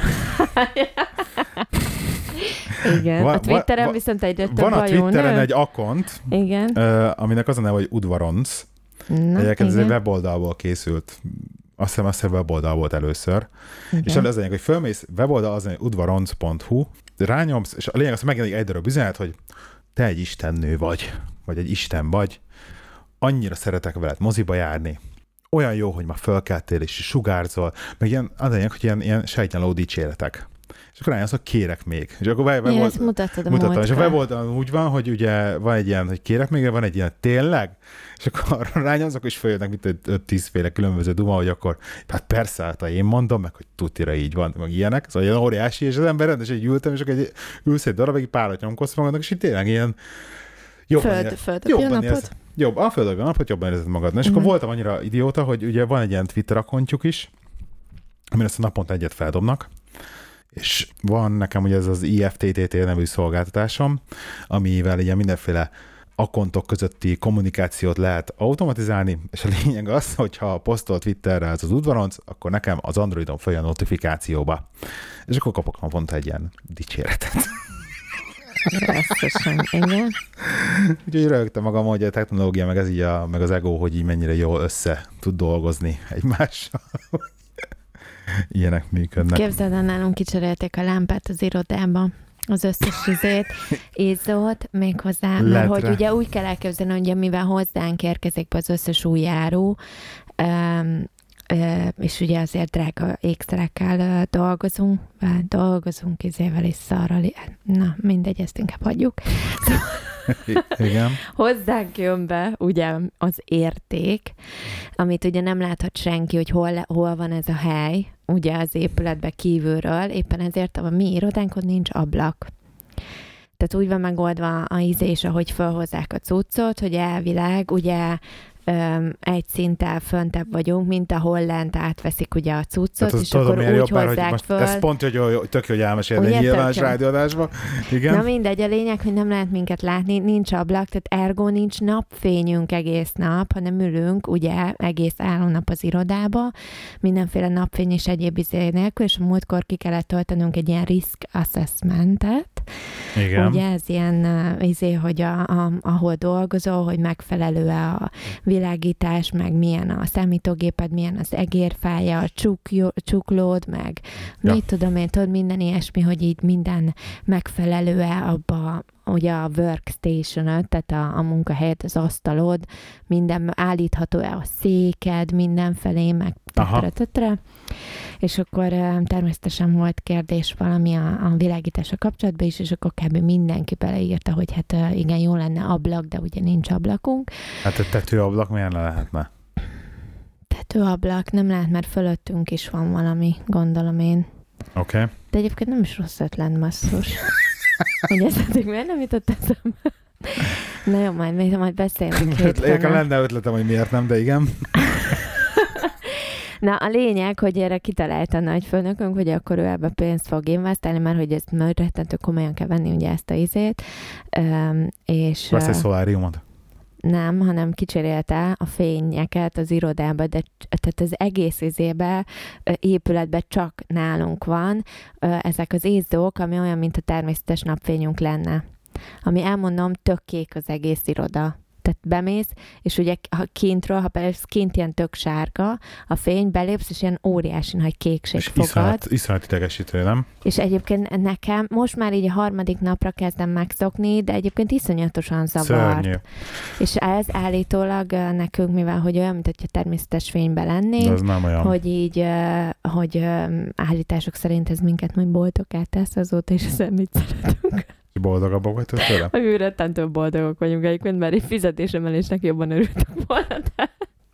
Igen, va, a Twitteren va, viszont egyre több van a Twitteren nő. egy akont, igen. Uh, aminek az a neve, hogy Udvaronc. Egyébként ez egy weboldalból készült. Azt hiszem, azt hiszem weboldal volt először. Igen. És az lényeg, hogy fölmész weboldal, az udvaronc pont hu, rányomsz, és a lényeg az, hogy megjelenik egy darab üzenet, hogy te egy istennő vagy, vagy egy isten vagy, annyira szeretek veled moziba járni, olyan jó, hogy ma fölkeltél és sugárzol, meg ilyen, az lényeg, hogy ilyen, ilyen sejtjenló dicséretek. És akkor rájönsz, hogy kérek még. És akkor web, ja, ezt mutattad a mutattam. És a weboldalon úgy van, hogy ugye van egy ilyen, hogy kérek még, van egy ilyen tényleg, és akkor rányomsz, akkor is följönnek mint öt-tíz féle különböző duma, hogy akkor hát persze, hát én mondom, meg hogy tutira így van, meg ilyenek. Szóval ilyen óriási, és az ember rendesen így ültem, és akkor egy, ülsz egy darabig, párat nyomkodsz magadnak, és így tényleg ilyen jobban föld, ér, föld, jobban érsz, jobb, a földön a napot jobban érzed magad. És mm. akkor voltam annyira idióta, hogy ugye van egy ilyen Twitter akontjuk is, amire ezt a naponta egyet feldobnak, és van nekem ugye ez az i ef té té té nevű szolgáltatásom, amivel ilyen mindenféle akkontok közötti kommunikációt lehet automatizálni, és a lényeg az, hogyha posztol Twitterre ez az udvaronc, akkor nekem az Androidon följön a notifikációba. És akkor kapok naponta egy ilyen dicséretet. Összesen, igen. Úgyhogy rögtem magam, hogy a technológia, meg, ez így a, meg az ego, hogy így mennyire jól össze tud dolgozni egymással. Ilyenek működnek. Képzeld el, nálunk kicserélték a lámpát az irodába, az összes izét, izzót, méghozzá, mert hogy ugye úgy kell elképzelni, hogy mivel hozzánk érkezik be az összes új járó, um, és ugye azért drága ékszerekkel dolgozunk, dolgozunk izével és szarral, na mindegy, ezt inkább hagyjuk. Igen. Hozzánk jön be ugye az érték, amit ugye nem láthat senki, hogy hol, hol van ez a hely, ugye az épületbe kívülről, éppen ezért a mi irodánkon nincs ablak. Tehát úgy van megoldva a ízés, ahogy felhozzák a cuccot, hogy elvileg ugye Öm, egy szinttel föntebb vagyunk, mint ahol lent átveszik ugye a cuccot, hát és tudom, akkor úgy jobb, hozzák hogy föl. Ez pont, hogy jó, tök jó, hogy elmesélni egy nyilvános rádióadásba. Igen. Na mindegy, a lényeg, hogy nem lehet minket látni, nincs ablak, tehát ergo nincs napfényünk egész nap, hanem ülünk ugye egész álló nap az irodába, mindenféle napfény és egyéb izé nélkül, és a múltkor ki kellett töltenünk egy ilyen risk assessmentet. Igen. Ugye ez ilyen izé, hogy a, a, ahol dolgozol, hogy megfelelő-e a világítás, meg milyen a számítógéped, milyen az egérfája, a csukjó, csuklód, meg ja. mit tudom én, tudod, minden ilyesmi, hogy így minden megfelelő-e abba, ugye a workstation-öt, tehát a, a munkahelyed, az asztalod, minden állítható-e a széked mindenfelé, meg tetre, tetre. És akkor természetesen volt kérdés valami a, a világítása kapcsolatban is, és akkor kb. Mindenki beleírta, hogy hát igen, jó lenne ablak, de ugye nincs ablakunk. Hát a tetőablak milyen lehetne? Tetőablak nem lehet, mert fölöttünk is van valami, gondolom én. Oké. Okay. De egyébként nem is rossz ötlen, basszus. Hogy ezt eddig miért nem jutott eszembe? Na jó, majd, majd beszélünk hétfőn. Lenne ötletem, hogy miért nem, de igen. Na, a lényeg, hogy erre kitalálta a nagyfőnökünk, hogy akkor ő ebbe pénzt fog investálni, mert hogy ezt majd rettentő komolyan kell venni ugye ezt a izét. Um, és... Vesz egy szoláriumot? Nem, hanem kicserélte a fényeket az irodába, de tehát az egész izébe, épületben csak nálunk van ezek az izzók, ami olyan, mint a természetes napfényünk lenne. Ami elmondom, tök kék az egész iroda. Tehát bemész, és ugye ha kintről, ha persze kint ilyen tök sárga, a fény, belépsz, és ilyen óriási nagy kékség és fogad. Iszonyat, iszonyat idegesítő, nem? És egyébként nekem most már így a harmadik napra kezdem megszokni, de egyébként iszonyatosan zavart. Szörnyű. És ez állítólag nekünk, mivel hogy olyan, mint hogyha természetes fényben lennénk, de ez nem olyan. hogy így, hogy állítások szerint ez minket majd boldogá tesz, azóta is ezen mit szeretünk. Boldogabbak vagytok tőle? A mi rettentő boldogok vagyunk egyébként, mert egy fizetésemelésnek jobban örültök volna, de,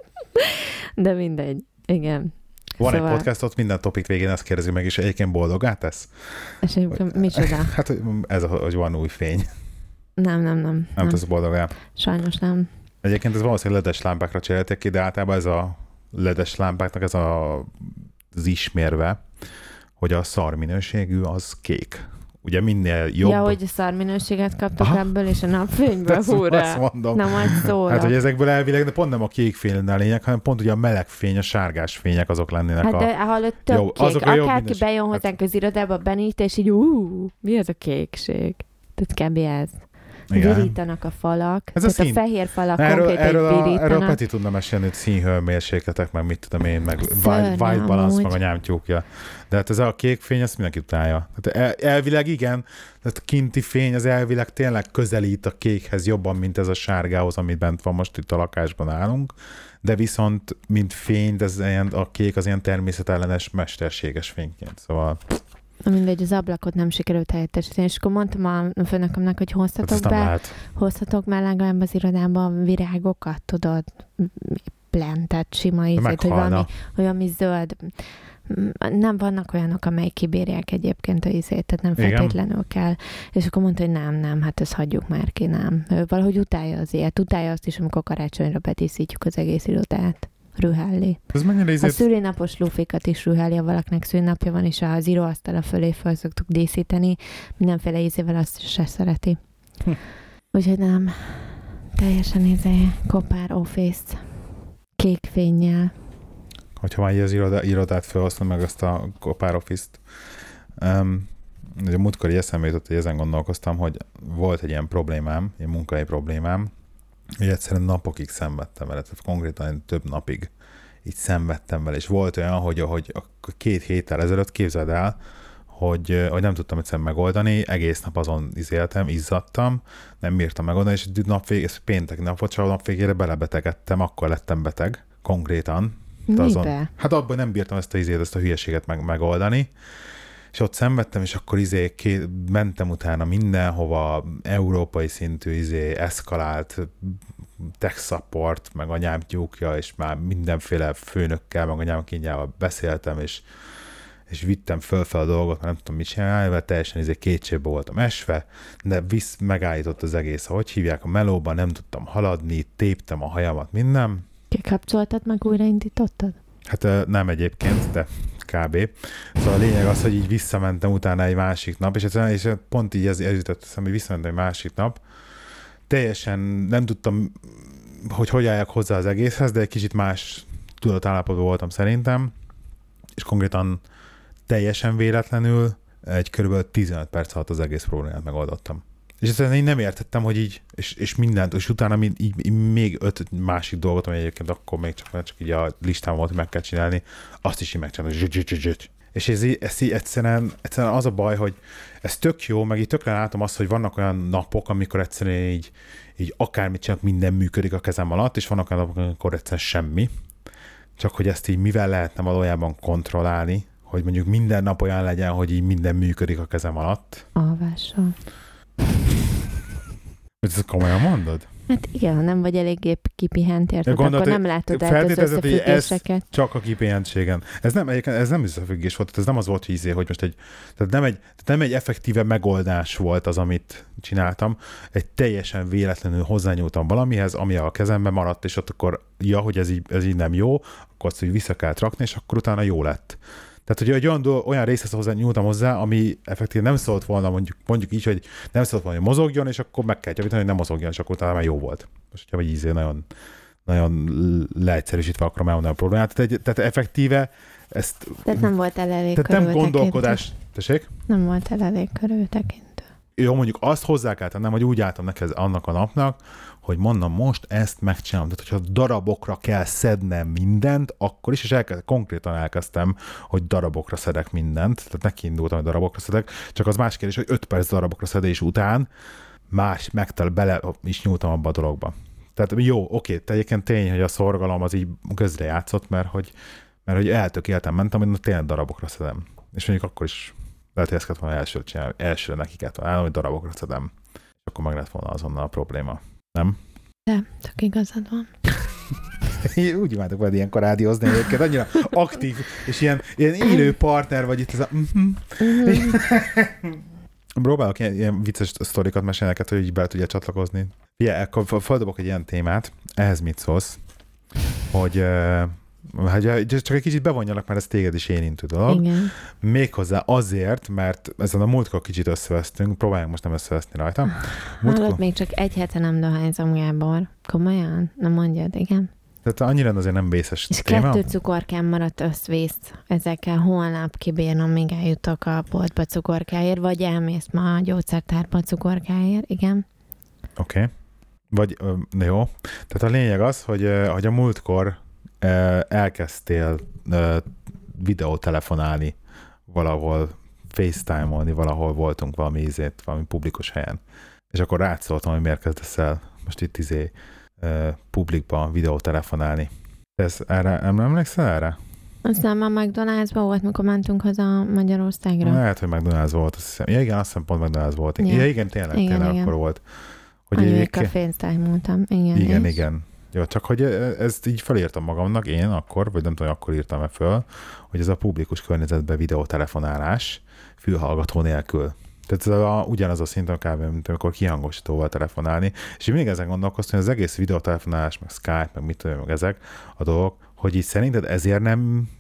de mindegy. Igen. Van szóval... egy podcast, ott minden topik végén ezt kérdezi meg, és egyébként boldogá tesz? És egyébként micsoda? Hát, ez, hogy van új fény. Nem, nem, nem. Nem, nem. tesz boldogá. Sajnos nem. Egyébként ez valószínűleg ledes lámpákra cserélték ki, de általában ez a ledes lámpáknak ez a, az ismérve, hogy a szar minőségű az kék. Ugye minél jobb... Ja, hogy szar minőséget kaptok Aha. ebből, és a napfényből, hurrá. mondom. Na, majd szólok. Hát, hogy ezekből elvileg, de pont nem a kék fény lenne a lényeg, hanem pont ugye a meleg fény, a sárgás fények azok lennének hát a... de hallott tök jó, kék. Akárki bejön hát... hozzánk az irodába, benyit, és így ú, mi ez a kékség? Tehát kb. Ez. Igen. Virítanak a falak. Ez tehát a, a fehér falak erről, konkrétan erről virítanak. A, erről Peti tudna mesélni, hogy színhőmérsékletek, meg mit tudom én, meg white, white balance, meg a nyámtyúkja. De hát ez a kék fény, ezt mindenki utálja. Tehát el, elvileg igen, tehát kinti fény az elvileg tényleg közelít a kékhez jobban, mint ez a sárgához, amit bent van most itt a lakásban állunk. De viszont, mint fény, ez ilyen, a kék az ilyen természetellenes, mesterséges fényként. Szóval... Mindegy, az ablakot nem sikerült helyettesíteni, és akkor mondtam a főnökömnek, hogy hoztatok be, lehet. hoztatok már legalább az irodában virágokat, tudod, plantet, sima ízét, hogy valami, hogy valami zöld. Nem vannak olyanok, amelyik kibírják egyébként a ízét, tehát nem feltétlenül kell. És akkor mondta, hogy nem, nem, hát ezt hagyjuk már ki, nem. Ő valahogy utálja az ilyet, utálja azt is, amikor karácsonyra bedíszítjük az egész irodát. Rühelli. A szülinapos lufikat is rühelli, ha valakinek szülinapja van, és az íróasztala fölé fel szoktuk díszíteni, mindenféle ízével azt se szereti. Hm. Úgyhogy nem, teljesen izé, kopár office, kék fénnyel. Hogyha már az irodát, irodát felhoztam meg azt a kopár office-t, um, a múltkor eszembe jutott, hogy ezen gondolkoztam, hogy volt egy ilyen problémám, egy munkai problémám, hogy egyszerűen napokig szenvedtem vele, tehát konkrétan több napig így szenvedtem vele, és volt olyan, hogy, hogy a két héttel ezelőtt képzeld el, hogy, hogy nem tudtam egyszerűen megoldani, egész nap azon izéltem, izzadtam, nem bírtam megoldani, és nap vég, péntek napot, csak a nap végére belebetegedtem, akkor lettem beteg, konkrétan. Azon, hát abban nem bírtam ezt a izét, ezt a hülyeséget meg, megoldani, és ott szenvedtem, és akkor izé ké, mentem utána mindenhova, európai szintű izé, eszkalált tech support, meg anyám tyúkja, és már mindenféle főnökkel, meg anyám kínjával beszéltem, és, és vittem föl-fel a dolgot, mert nem tudom mit csinálni, mert teljesen izé kétségbe voltam esve, de visz megállított az egész, ahogy hívják a melóban, nem tudtam haladni, téptem a hajamat, minden. Kikapcsoltad, meg újraindítottad? Hát nem egyébként, de kb. Szóval a lényeg az, hogy így visszamentem utána egy másik nap, és, és pont így ez, ez jutott eszembe, hogy visszamentem egy másik nap. Teljesen nem tudtam, hogy hogy álljak hozzá az egészhez, de egy kicsit más tudatállapotban voltam szerintem, és konkrétan teljesen véletlenül egy körülbelül tizenöt perc alatt az egész problémát megoldottam. És egyszerűen én nem értettem, hogy így, és, és mindent, és utána így, így, még öt másik dolgot, ami egyébként akkor még csak, csak így a listám volt, hogy meg kell csinálni, azt is így megcsinálni. És ez, ez így egyszerűen, egyszerűen az a baj, hogy ez tök jó, meg így tökre látom azt, hogy vannak olyan napok, amikor egyszerűen így, így akármit csinálok, minden működik a kezem alatt, és vannak olyan napok, amikor egyszerűen semmi. Csak hogy ezt így mivel lehetne valójában kontrollálni, hogy mondjuk minden nap olyan legyen, hogy így minden működik a kezem alatt. Alvással. Ezt komolyan mondod? Hát igen, ha nem vagy eléggé kipihent, érted, Gondolt, akkor nem látod át az összefüggéseket. Csak a kipihentségen. Ez nem, ez nem összefüggés volt, ez nem az volt, hogy izé, hogy most egy, tehát nem egy, tehát nem egy effektíve megoldás volt az, amit csináltam. Egy teljesen véletlenül hozzányúltam valamihez, ami a kezembe maradt, és ott akkor, ja, hogy ez így, ez így nem jó, akkor azt úgy vissza kellett rakni, és akkor utána jó lett. Tehát, hogy egy olyan, olyan részhez hozzá, nyúltam hozzá, ami effektív nem szólt volna, mondjuk, mondjuk így, hogy nem szólt volna, hogy mozogjon, és akkor meg kell javítani, hogy nem mozogjon, és akkor utána már jó volt. Most, hogyha egy ízé nagyon, nagyon leegyszerűsítve akarom elmondani a problémát. Tehát, tehát effektíve ezt... Tehát nem volt el elég Tehát nem gondolkodás... Tessék? Nem volt el elég körültekintő. Jó, mondjuk azt hozzá kell tennem, hogy úgy álltam neked annak a napnak, hogy mondom, most ezt megcsinálom. Tehát, hogyha darabokra kell szednem mindent, akkor is, és elkezd, konkrétan elkezdtem, hogy darabokra szedek mindent. Tehát neki indultam, hogy darabokra szedek. Csak az más kérdés, hogy öt perc darabokra szedés után más megtel bele is nyúltam abba a dologba. Tehát jó, oké, egyébként tény, hogy a szorgalom az így közre játszott, mert hogy, mert hogy eltökéltem mentem, hogy tényleg darabokra szedem. És mondjuk akkor is lehet, hogy ezt kellett volna elsőre csinálni, elsőre neki kellett volna állni, hogy darabokra szedem. És akkor meg lett volna azonnal a probléma. Nem? De, tök igazad van. Úgy imádok majd ilyenkor rádiózni egyébként, annyira aktív, és ilyen, ilyen élő partner vagy itt ez a... Próbálok ilyen, ilyen vicces sztorikat mesélni neked, hogy így bele tudja csatlakozni. Figyelj, akkor feldobok egy ilyen témát, ehhez mit szólsz, hogy... Hát csak egy kicsit bevonjalak, mert ez téged is érintő dolog. Igen. Méghozzá azért, mert ezen a múltkor kicsit összevesztünk, próbáljunk most nem összeveszni rajta. Múltkor... Hallod, még csak egy hete nem dohányzom, Gábor. Komolyan? Nem mondjad, igen? Tehát annyira azért nem vészes és téma. És kettő cukorkám maradt összvész. Ezekkel holnap kibírnom, míg eljutok a boltba cukorkáért, vagy elmész ma a gyógyszertárba cukorkáért, igen. Oké. Okay. Vagy, jó. Tehát a lényeg az, hogy, hogy a múltkor elkezdtél videótelefonálni valahol, FaceTime-olni, valahol voltunk valami ízét, valami publikus helyen. És akkor rád szóltam, hogy miért kezdesz el most itt izé publikban videótelefonálni. Ez erre, nem emlékszel erre? Aztán már McDonald's-ban volt, mikor mentünk haza Magyarországra. Lehet, hogy McDonald's volt, azt hiszem. Ja, igen, azt hiszem pont McDonald's volt. Ja, ja igen, tényleg, igen, tényleg igen. Akkor volt. Hogy Anyuékkal FaceTime-oltam. Igen, igen, és? igen. Jó, csak hogy ezt így felírtam magamnak, én akkor, vagy nem tudom, hogy akkor írtam-e föl, hogy ez a publikus környezetben videótelefonálás fülhallgató nélkül. Tehát ez a, ugyanaz a szinten kb. Mint amikor kihangosítóval telefonálni. És én mindig ezen gondolkoztam, hogy az egész videótelefonálás, meg Skype, meg mit tudom, meg ezek a dolgok, hogy így szerinted ezért nem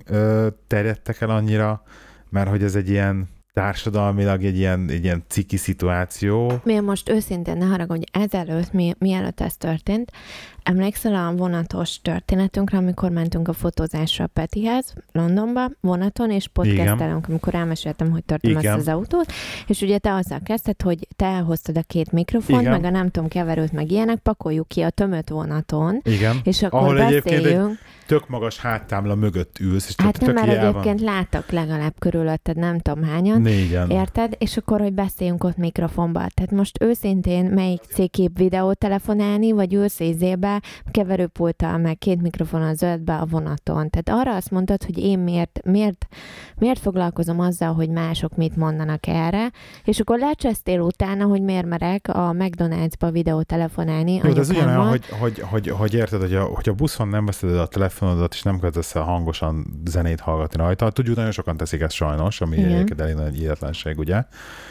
ö, terjedtek el annyira, mert hogy ez egy ilyen társadalmilag egy ilyen, egy ilyen ciki szituáció. Miért most őszintén ne haragudj, ezelőtt, mi, mielőtt ez történt, emlékszel a vonatos történetünkre, amikor mentünk a fotózásra a Petihez, Londonba, vonaton, és podcastelünk, amikor elmeséltem, hogy tartom ezt az autót, és ugye te azzal kezdted, hogy te elhoztad a két mikrofont, igen, meg a nem tudom, keverőt, meg ilyenek, pakoljuk ki a tömött vonaton, igen, és akkor ahol beszéljünk. Egy tök magas háttámla mögött ülsz, és hát tök, nem, tök mert egyébként láttak legalább körülötted, nem tudom hányan. Négyen. Érted? És akkor, hogy beszéljünk ott mikrofonba. Tehát most őszintén melyik cégkép videót telefonálni, vagy ülsz ézébe, keverőpulttal, meg két mikrofonnal zöldbe a vonaton. Tehát arra azt mondtad, hogy én miért, miért, miért foglalkozom azzal, hogy mások mit mondanak erre, és akkor lecsesztél utána, hogy miért merek a McDonald's-ba videót telefonálni. Jó, de ez ugyanolyan, hogy, hogy, hogy, hogy érted, hogy a, hogy a buszon nem veszed a telefonodat, és nem kezdesz el hangosan zenét hallgatni rajta. Tudjuk, nagyon sokan teszik ezt sajnos, ami egyébként elég nagy ilyetlenség, ugye?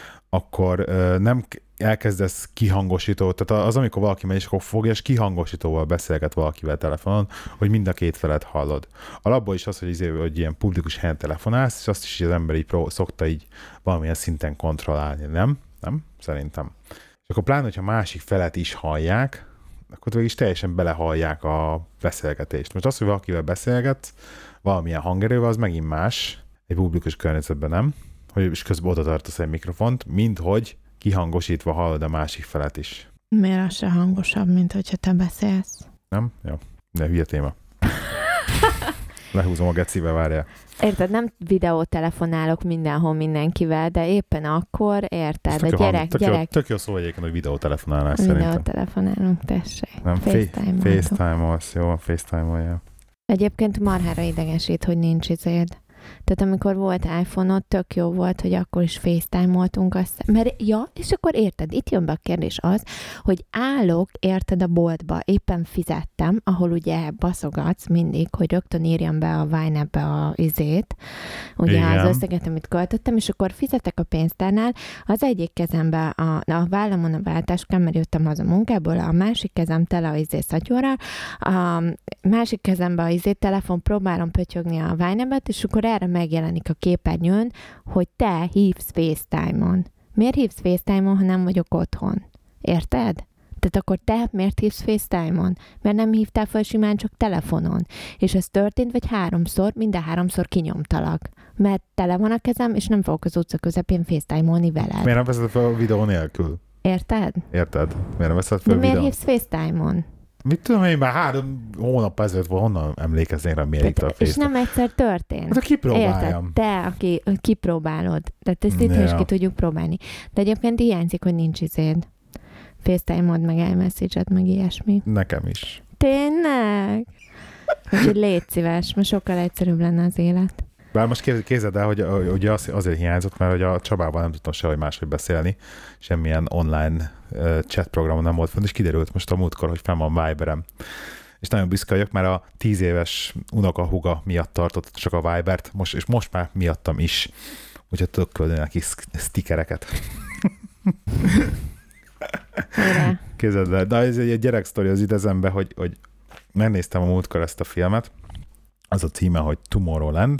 Akkor uh, nem elkezdesz kihangosító, tehát az, amikor valaki megy, és akkor fogja, és kihangosítóval beszélget valakivel telefonon, hogy mind a két felet hallod. Alapból is az, hogy, izé, hogy ilyen publikus helyen telefonálsz, és azt is az ember így pró- szokta így valamilyen szinten kontrollálni, nem? Nem? Szerintem. És akkor pláne, hogyha másik felet is hallják, akkor végig is teljesen belehallják a beszélgetést. Most az, hogy valakivel beszélgetsz, valamilyen hangerővel, az megint más, egy publikus környezetben, nem? Hogy és közben oda tartasz egy mikrofont, mint hogy kihangosítva hallod a másik felet is. Miért az se hangosabb, mint hogyha te beszélsz? Nem? Jó. De hülye téma. Lehúzom a gecibe, várjál. Érted, nem videótelefonálok mindenhol mindenkivel, de éppen akkor, érted, a gyerek, tök gyerek... Jó, tök jó szó egyébként, hogy videótelefonálás szerintem. Videótelefonálunk, tessék. Nem, FaceTime-olsz, jó, FaceTime-olja. Egyébként marhára idegesít, hogy nincs izéd. Tehát amikor volt iPhone-od, tök jó volt, hogy akkor is FaceTime-oltunk azt. Mert, ja, és akkor érted, itt jön be a kérdés az, hogy állok, érted, a boltba, éppen fizettem, ahol ugye baszogatsz mindig, hogy rögtön írjam be a Vine-be a izét, ugye Igen. az összeget, amit költöttem, és akkor fizetek a pénztárnál, az egyik kezembe a, a vállamon a váltáskám, mert jöttem haza munkából, a másik kezem tele a izé szatyorral, a másik kezembe a izé telefon, próbálom pötyögni a Vine-bet, és akkor erre megjelenik a képernyőn, hogy te hívsz FaceTime-on. Miért hívsz FaceTime-on, ha nem vagyok otthon? Érted? Tehát akkor te miért hívsz FaceTime-on? Mert nem hívtál fel simán csak telefonon. És ez történt, vagy háromszor, minden háromszor kinyomtalak. Mert tele van a kezem, és nem fogok az utca közepén FaceTime-olni veled. Miért nem veszed fel a videó nélkül? Érted? Érted? Miért nem veszed fel De a miért videó? hívsz FaceTime-on? Mit tudom én, már három hónap ezelőtt volt, honnan emlékeznék rá, miért itt a És FaceTime? nem egyszer történt. Hát kipróbáljam. Érted? Te, aki kipróbálod. Tehát ezt itt Ja. is ki tudjuk próbálni. De egyébként hiányzik, hogy nincs izéd. FaceTime-od, meg iMessage-ed, meg ilyesmi. Nekem is. Tényleg? Úgyhogy légy szíves, mert sokkal egyszerűbb lenne az élet. Bár most képz- képzeld el, hogy ugye az, azért hiányzott, mert hogy a Csabával nem tudtam sehogy máshogy beszélni, semmilyen online uh, chat programon nem volt fönn, és kiderült most a múltkor, hogy fenn van Viberem. És nagyon büszke vagyok, mert a tíz éves unokahuga miatt tartott csak a Vibert, most, és most már miattam is. Úgyhogy tudok küldeni neki stickereket. Képzeld el, de ez egy gyerek sztori az idezembe, hogy, hogy megnéztem a múltkor ezt a filmet, az a címe, hogy Tomorrowland,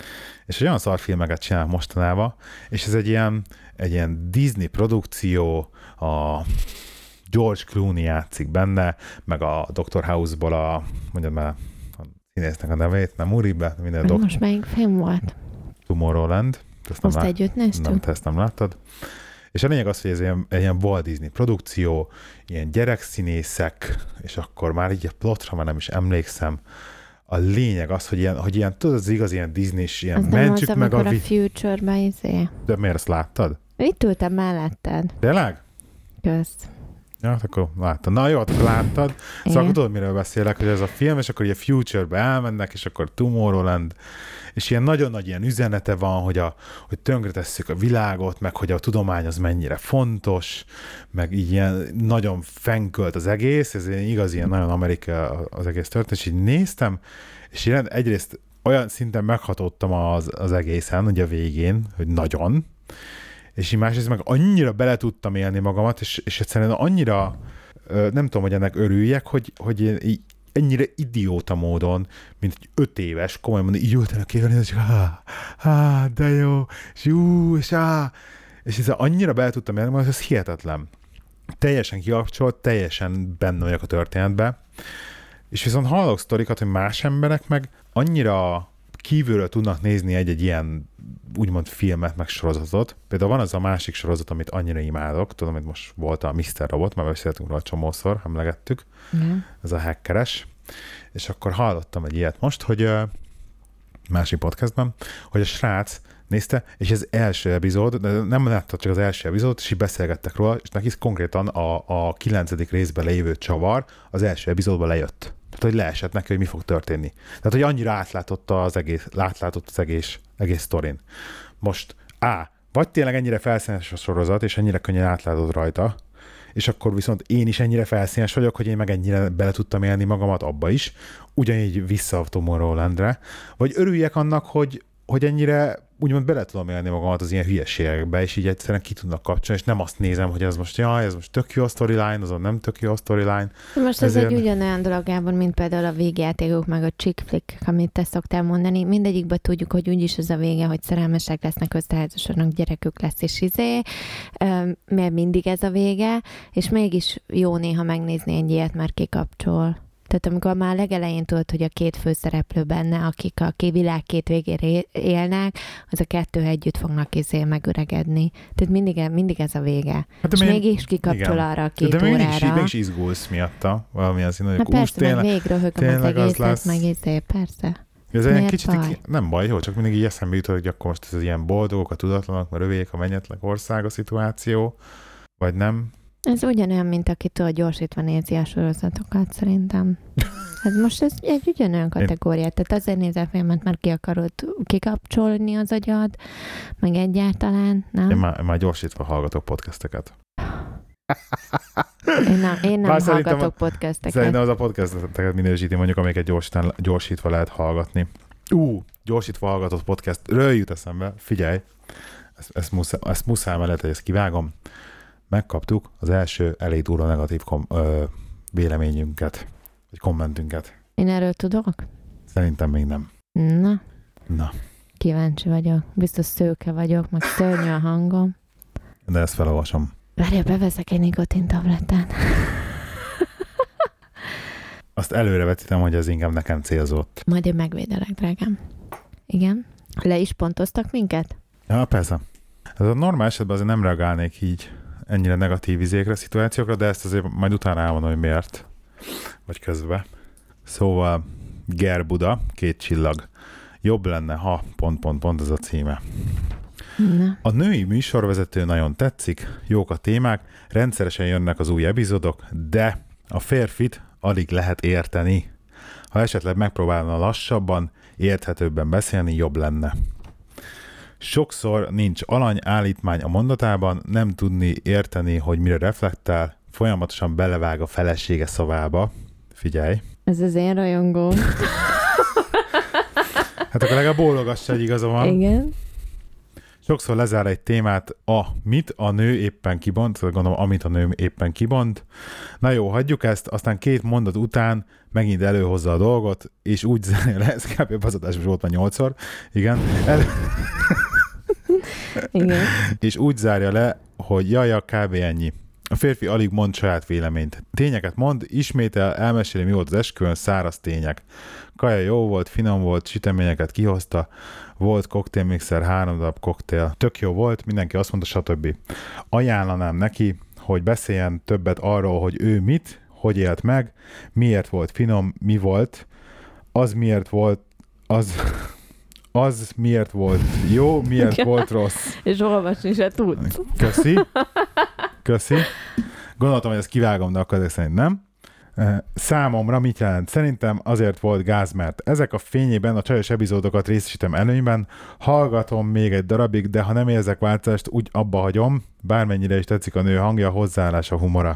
és olyan szarfilmeket csinál mostanában, és ez egy ilyen, egy ilyen Disney produkció, a George Clooney játszik benne, meg a doktor House-ból a, mondjad már a színésznek a nevét, nem úrik be? Minden Most doktor... melyik film volt? Tomorrowland. Ezt Azt lát... együtt néztük? Nem, te ezt nem láttad. És a lényeg az, hogy ez ilyen, egy ilyen Walt Disney produkció, ilyen gyerekszínészek, és akkor már így a plotra már nem is emlékszem. A lényeg az, hogy ilyen, hogy ilyen tudod, az igaz, ilyen Disney-s, ilyen az mentsük nem meg az, a... a Vi... Future-be izé. De miért ezt láttad? Itt ültem melletted. Tényleg? Kösz. Ja, akkor láttad. Na jó, akkor láttad. Szóval akkor tudod, miről beszélek, hogy ez a film, és akkor ilyen Future-be elmennek, és akkor Tomorrowland, és ilyen nagyon nagy ilyen üzenete van, hogy, a, hogy tönkretesszük a világot, meg hogy a tudomány az mennyire fontos, meg így ilyen nagyon fenkölt az egész, ez ilyen igaz, ilyen nagyon Amerika az egész történet, és így néztem, és én egyrészt olyan szinten meghatódtam az, az egészen, ugye a végén, hogy nagyon, és így másrészt meg annyira bele tudtam élni magamat, és, és egyszerűen annyira nem tudom, hogy ennek örüljek, hogy, hogy így ennyire idióta módon, mint egy öt éves, komolyan mondani, így ültem a kévelni, hogy há, há, de jó, és jú, és á, és ez annyira bele tudtam élni, hogy ez hihetetlen. Teljesen kikapcsolt, teljesen benne vagyok a történetbe, és viszont hallok sztorikat, hogy más emberek meg annyira kívülről tudnak nézni egy-egy ilyen úgymond filmet, meg sorozatot. Például van az a másik sorozat, amit annyira imádok, tudom, hogy most volt a miszter Robot, már beszéltünk róla csomószor, emlegettük, mm. ez a hackeres, és akkor hallottam egy ilyet most, hogy uh, másik podcastban, hogy a srác nézte, és ez első epizód, de nem látta csak az első epizódot, és így beszélgettek róla, és neki konkrétan a, a kilencedik részben lévő csavar az első epizódban lejött. Tehát, hogy leesett neki, hogy mi fog történni. Tehát, hogy annyira átlátott az egész, átlátott az egész, egész sztorin. Most á, vagy tényleg ennyire felszínes a sorozat, és ennyire könnyen átlátod rajta, és akkor viszont én is ennyire felszínes vagyok, hogy én meg ennyire bele tudtam élni magamat abba is, ugyanígy vissza a Tomorrowlandre, vagy örüljek annak, hogy, hogy ennyire úgymond bele tudom élni magamat az ilyen hülyeségekbe, és így egyszerűen ki tudnak kapcsolni, és nem azt nézem, hogy ez most, jaj, ez most tök jó a storyline, azon nem tök jó a storyline. Most ez egy ugyanolyan dolog, Gábor, mint például a végjátékok, meg a chick flick, amit te szoktál mondani. Mindegyikben tudjuk, hogy úgyis az a vége, hogy szerelmesek lesznek, összeházasodnak, gyerekük lesz, és izé, mert mindig ez a vége, és mégis jó néha megnézni egy ilyet, mert kikapcsol. Tehát amikor már legelején tudod, hogy a két főszereplő benne, akik a világ két végére élnek, az a kettő együtt fognak izé megöregedni. Tehát mindig, mindig ez a vége. Hát és még, mégis kikapcsol igen. arra a két de órára. De mégis izgulsz miatta, valamilyen szín, hogy hát persze, tényleg, meg végröhögöm az egészet, lesz... meg izé, persze. Ez egy kicsit baj? Nem baj, jó, csak mindig így eszembe jut, hogy akkor most ez ilyen boldogok, a tudatlanok, mert övék a mennyetlen ország a szituáció, vagy nem. Ez ugyanolyan, mint aki tudod gyorsítva nézi a sorozatokat, szerintem. Ez most ez egy ugyanolyan kategóriát, tehát azért nézel filmet, mert ki akarod kikapcsolni az agyad, meg egyáltalán, nem? Én már, már gyorsítva hallgatok podcasteket. Én nem, én nem hallgatok a, podcasteket. Szerintem az a podcasteket minősíti, mondjuk, amiket gyorsítva, gyorsítva lehet hallgatni. Ú, gyorsítva hallgatott podcastről jut eszembe, figyelj, ezt, ezt, muszá, ezt muszáj mellett, hogy ezt kivágom. Megkaptuk az első elég durva negatív kom, ö, véleményünket, vagy kommentünket. Én erről tudok? Szerintem még nem. Na. Na. Kíváncsi vagyok. Biztos szőke vagyok, meg szörnyű a hangom. De ezt felolvasom. Várja, beveszek egy nikotin tablettát. Azt előrevetítem, hogy ez inkább nekem célzott. Majd én megvédelek, drágám. Igen? Le is pontoztak minket? Ja, persze. Ez a normál esetben azért nem reagálnék így ennyire negatív izékre, szituációkra, de ezt azért majd utána elmondom, hogy miért. Vagy közben. Szóval Gerbuda, két csillag. Jobb lenne, ha pont, pont, pont ez a címe. Na. A női műsorvezető nagyon tetszik, jók a témák, rendszeresen jönnek az új epizódok, de a férfit alig lehet érteni. Ha esetleg megpróbálna lassabban, érthetőbben beszélni, jobb lenne. Sokszor nincs alany állítmány a mondatában, nem tudni érteni, hogy mire reflektál, folyamatosan belevág a felesége szavába. Figyelj! Ez az én rajongóm. Hát akkor legalább bólogass, hogy igaza van. Igen. Sokszor lezár egy témát a mit a nő éppen kibont, gondolom, amit a nő éppen kibont. Na jó, hagyjuk ezt, aztán két mondat után megint előhozza a dolgot, és úgy zárja le, ez kb. Az adásban volt már nyolcszor, igen. El... igen. És úgy zárja le, hogy jaja, kb. Ennyi. A férfi alig mond saját véleményt. Tényeket mond, ismétel, elmeséli, mi volt az esküvőn, száraz tények. Kaja jó volt, finom volt, süteményeket kihozta, volt koktélmixer, három darab koktél. Tök jó volt, mindenki azt mondta, stb. Ajánlanám neki, hogy beszéljen többet arról, hogy ő mit, hogy élt meg, miért volt finom, mi volt, az miért volt, az... Az miért volt jó, miért volt rossz. És olvasni se tudsz. Köszi. Köszi. Gondoltam, hogy ezt kivágom, de akkor ezek szerint nem. Számomra mit jelent? Szerintem azért volt gáz, mert ezek a fényében a csajos epizódokat részesítem előnyben, hallgatom még egy darabig, de ha nem érzek változást, úgy abba hagyom, bármennyire is tetszik a nő hangja, hozzáállása, humora.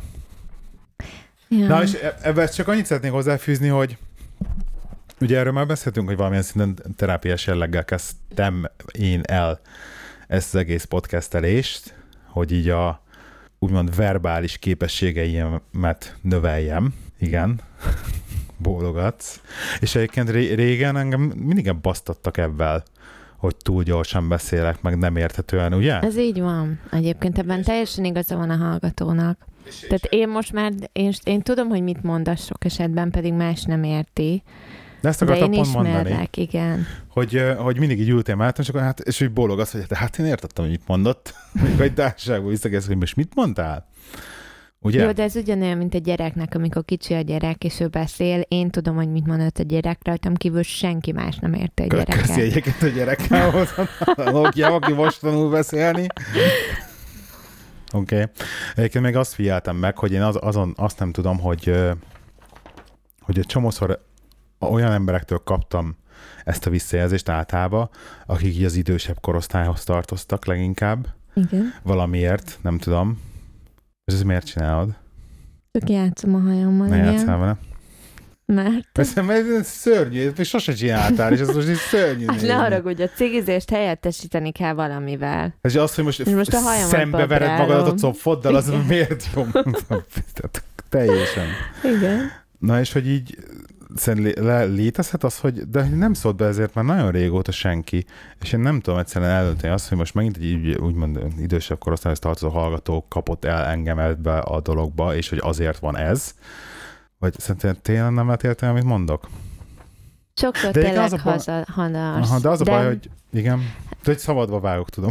Ja. Na és ebben csak annyit szeretnék hozzáfűzni, hogy ugye erről már beszéltünk, hogy valamilyen szinten terápiás jelleggel kezdtem én el ezt az egész podcastelést, hogy így a úgymond verbális képességeimet növeljem. Igen, bólogatsz. És egyébként régen engem mindig basztattak ebben, hogy túl gyorsan beszélek, meg nem érthetően, ugye? Ez így van. Egyébként ebben teljesen igaza van a hallgatónak. Tehát én most már, én, én tudom, hogy mit mondasz sok esetben, pedig más nem érti. De ezt akartam de én pont ismerlek, mondani, igen. Hogy, hogy mindig így ültél mellett, és, akkor, hát, és úgy bólogasz, hogy de hát én értettem, hogy mit mondott. Amikor egy társaságból visszakérdez, hogy most mit mondtál? Ugye? Jó, de ez ugyanolyan, mint a gyereknek, amikor kicsi a gyerek, és ő beszél, én tudom, hogy mit mondott a gyerek, rajtam kívül senki más nem érte a gyereket. Köszi egyébként a gyerekkel hozzá, aki most tanul beszélni. Oké. Okay. Egyébként még azt figyeltem meg, hogy én az, azon azt nem tudom, hogy, hogy egy csomószor olyan emberektől kaptam ezt a visszajelzést általában, akik így az idősebb korosztályhoz tartoztak leginkább. Igen. Valamiért, nem tudom. És ezt miért csinálod? Csak játszom a hajammal. Ne játszál vele. Mert? Persze, mert ez szörnyű, ezt még sose csináltál, és ez most így szörnyű. Hát ne haragudj, a cigizést helyettesíteni kell valamivel. És az, hogy most, most szembevered magadat a cofoddal, az miért jó? Teljesen. Igen. Na és hogy így le, létezhet az, hogy de nem szólt be ezért már nagyon régóta senki, és én nem tudom egyszerűen eldönteni azt, hogy most megint egy úgymond idősebb korosztályhoz tartozó hallgató kapott el engem ebbe a dologba, és hogy azért van ez. Vagy szerintem tényleg nem lehet érteni, amit mondok? Sokszor de tényleg az haza, hadas. Aha, de az a de... baj, hogy igen, de hogy szabadba vágok, tudom.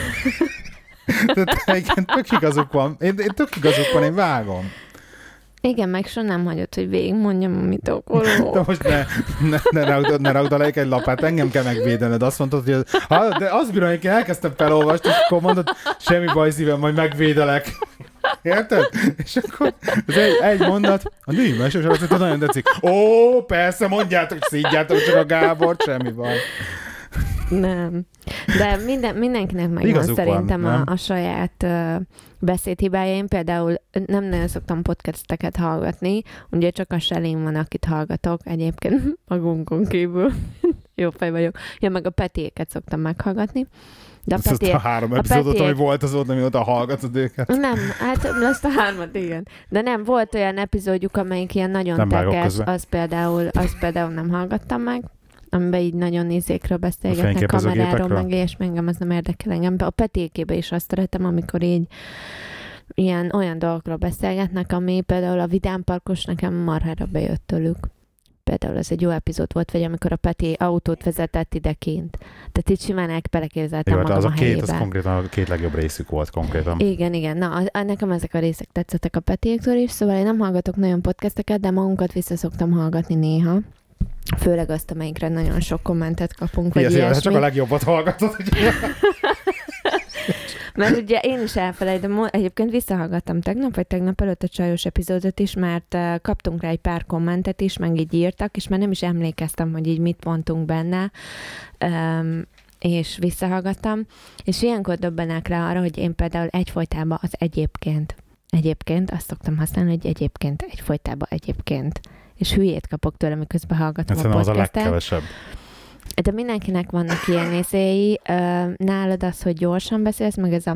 De igen, tök igazuk van. Én, én tök igazuk van, én vágom. Igen, meg soha nem hagyod, hogy végigmondjam, amit akarok. De most ne, ne, ne, ragd, ne ragd alá egy lapát, engem kell megvédened. Azt mondtad, hogy az, ha, de az bírom, hogy elkezdtem felolvasni, és akkor mondod, semmi baj szívem, majd megvédelek. Érted? És akkor az egy, egy mondat, a női mesesorozat nagyon tetszik. Ó, persze, mondjátok, szídjátok csak a Gábort, semmi baj. Nem. De minden, mindenkinek megvan Igazuk szerintem van, a, a saját uh, beszédhibája. Én például nem nagyon szoktam podcasteket hallgatni, ugye csak a Selin van, akit hallgatok, egyébként magunkon kívül. Jó fej vagyok. Ja, meg a Petiéket szoktam meghallgatni. De a, Peti... a három epizódot, Petiék... ami volt azóta, mióta hallgatod őket. Nem, hát lesz a hármat, igen. De nem, volt olyan epizódjuk, amelyik ilyen nagyon tekes, az például, az például nem hallgattam meg, amiben így nagyon nézékről beszélgetnek kameráról, meg és engem az nem érdekel engem. A Petiékébe is azt szeretem, amikor így ilyen olyan dolgokról beszélgetnek, ami például a Vidámparkos nekem marhára bejött tőlük. Például ez egy jó epizód volt, vagy amikor a Peti autót vezetett idekint. Tehát itt simán beleképzeltem magam az a, a két, helyébe. Az konkrétan a két legjobb részük volt konkrétan. Igen, igen. Na, a, nekem ezek a részek tetszettek a Petiéktől is, szóval én nem hallgatok nagyon podcasteket, de magunkat vissza szoktam hallgatni néha. Főleg azt, amelyikre nagyon sok kommentet kapunk, vagy ilyesmi. ilyesmi. Csak a legjobbat hallgatod. Mert ugye én is elfelejtem, egyébként visszahallgattam tegnap, vagy tegnap előtt a csajos epizódot is, mert kaptunk rá egy pár kommentet is, meg így írtak, és már nem is emlékeztem, hogy így mit mondtunk benne, um, és visszahallgattam, és ilyenkor döbbenek rá arra, hogy én például egyfolytában az egyébként, egyébként azt szoktam használni, hogy egyébként, egyfolytában egyébként, és hülyét kapok tőle, miközben hallgatom Egyszerűen a podcastet. Az a legkevesebb. De mindenkinek vannak ilyen nézéi. Nálad az, hogy gyorsan beszélsz, meg ez a...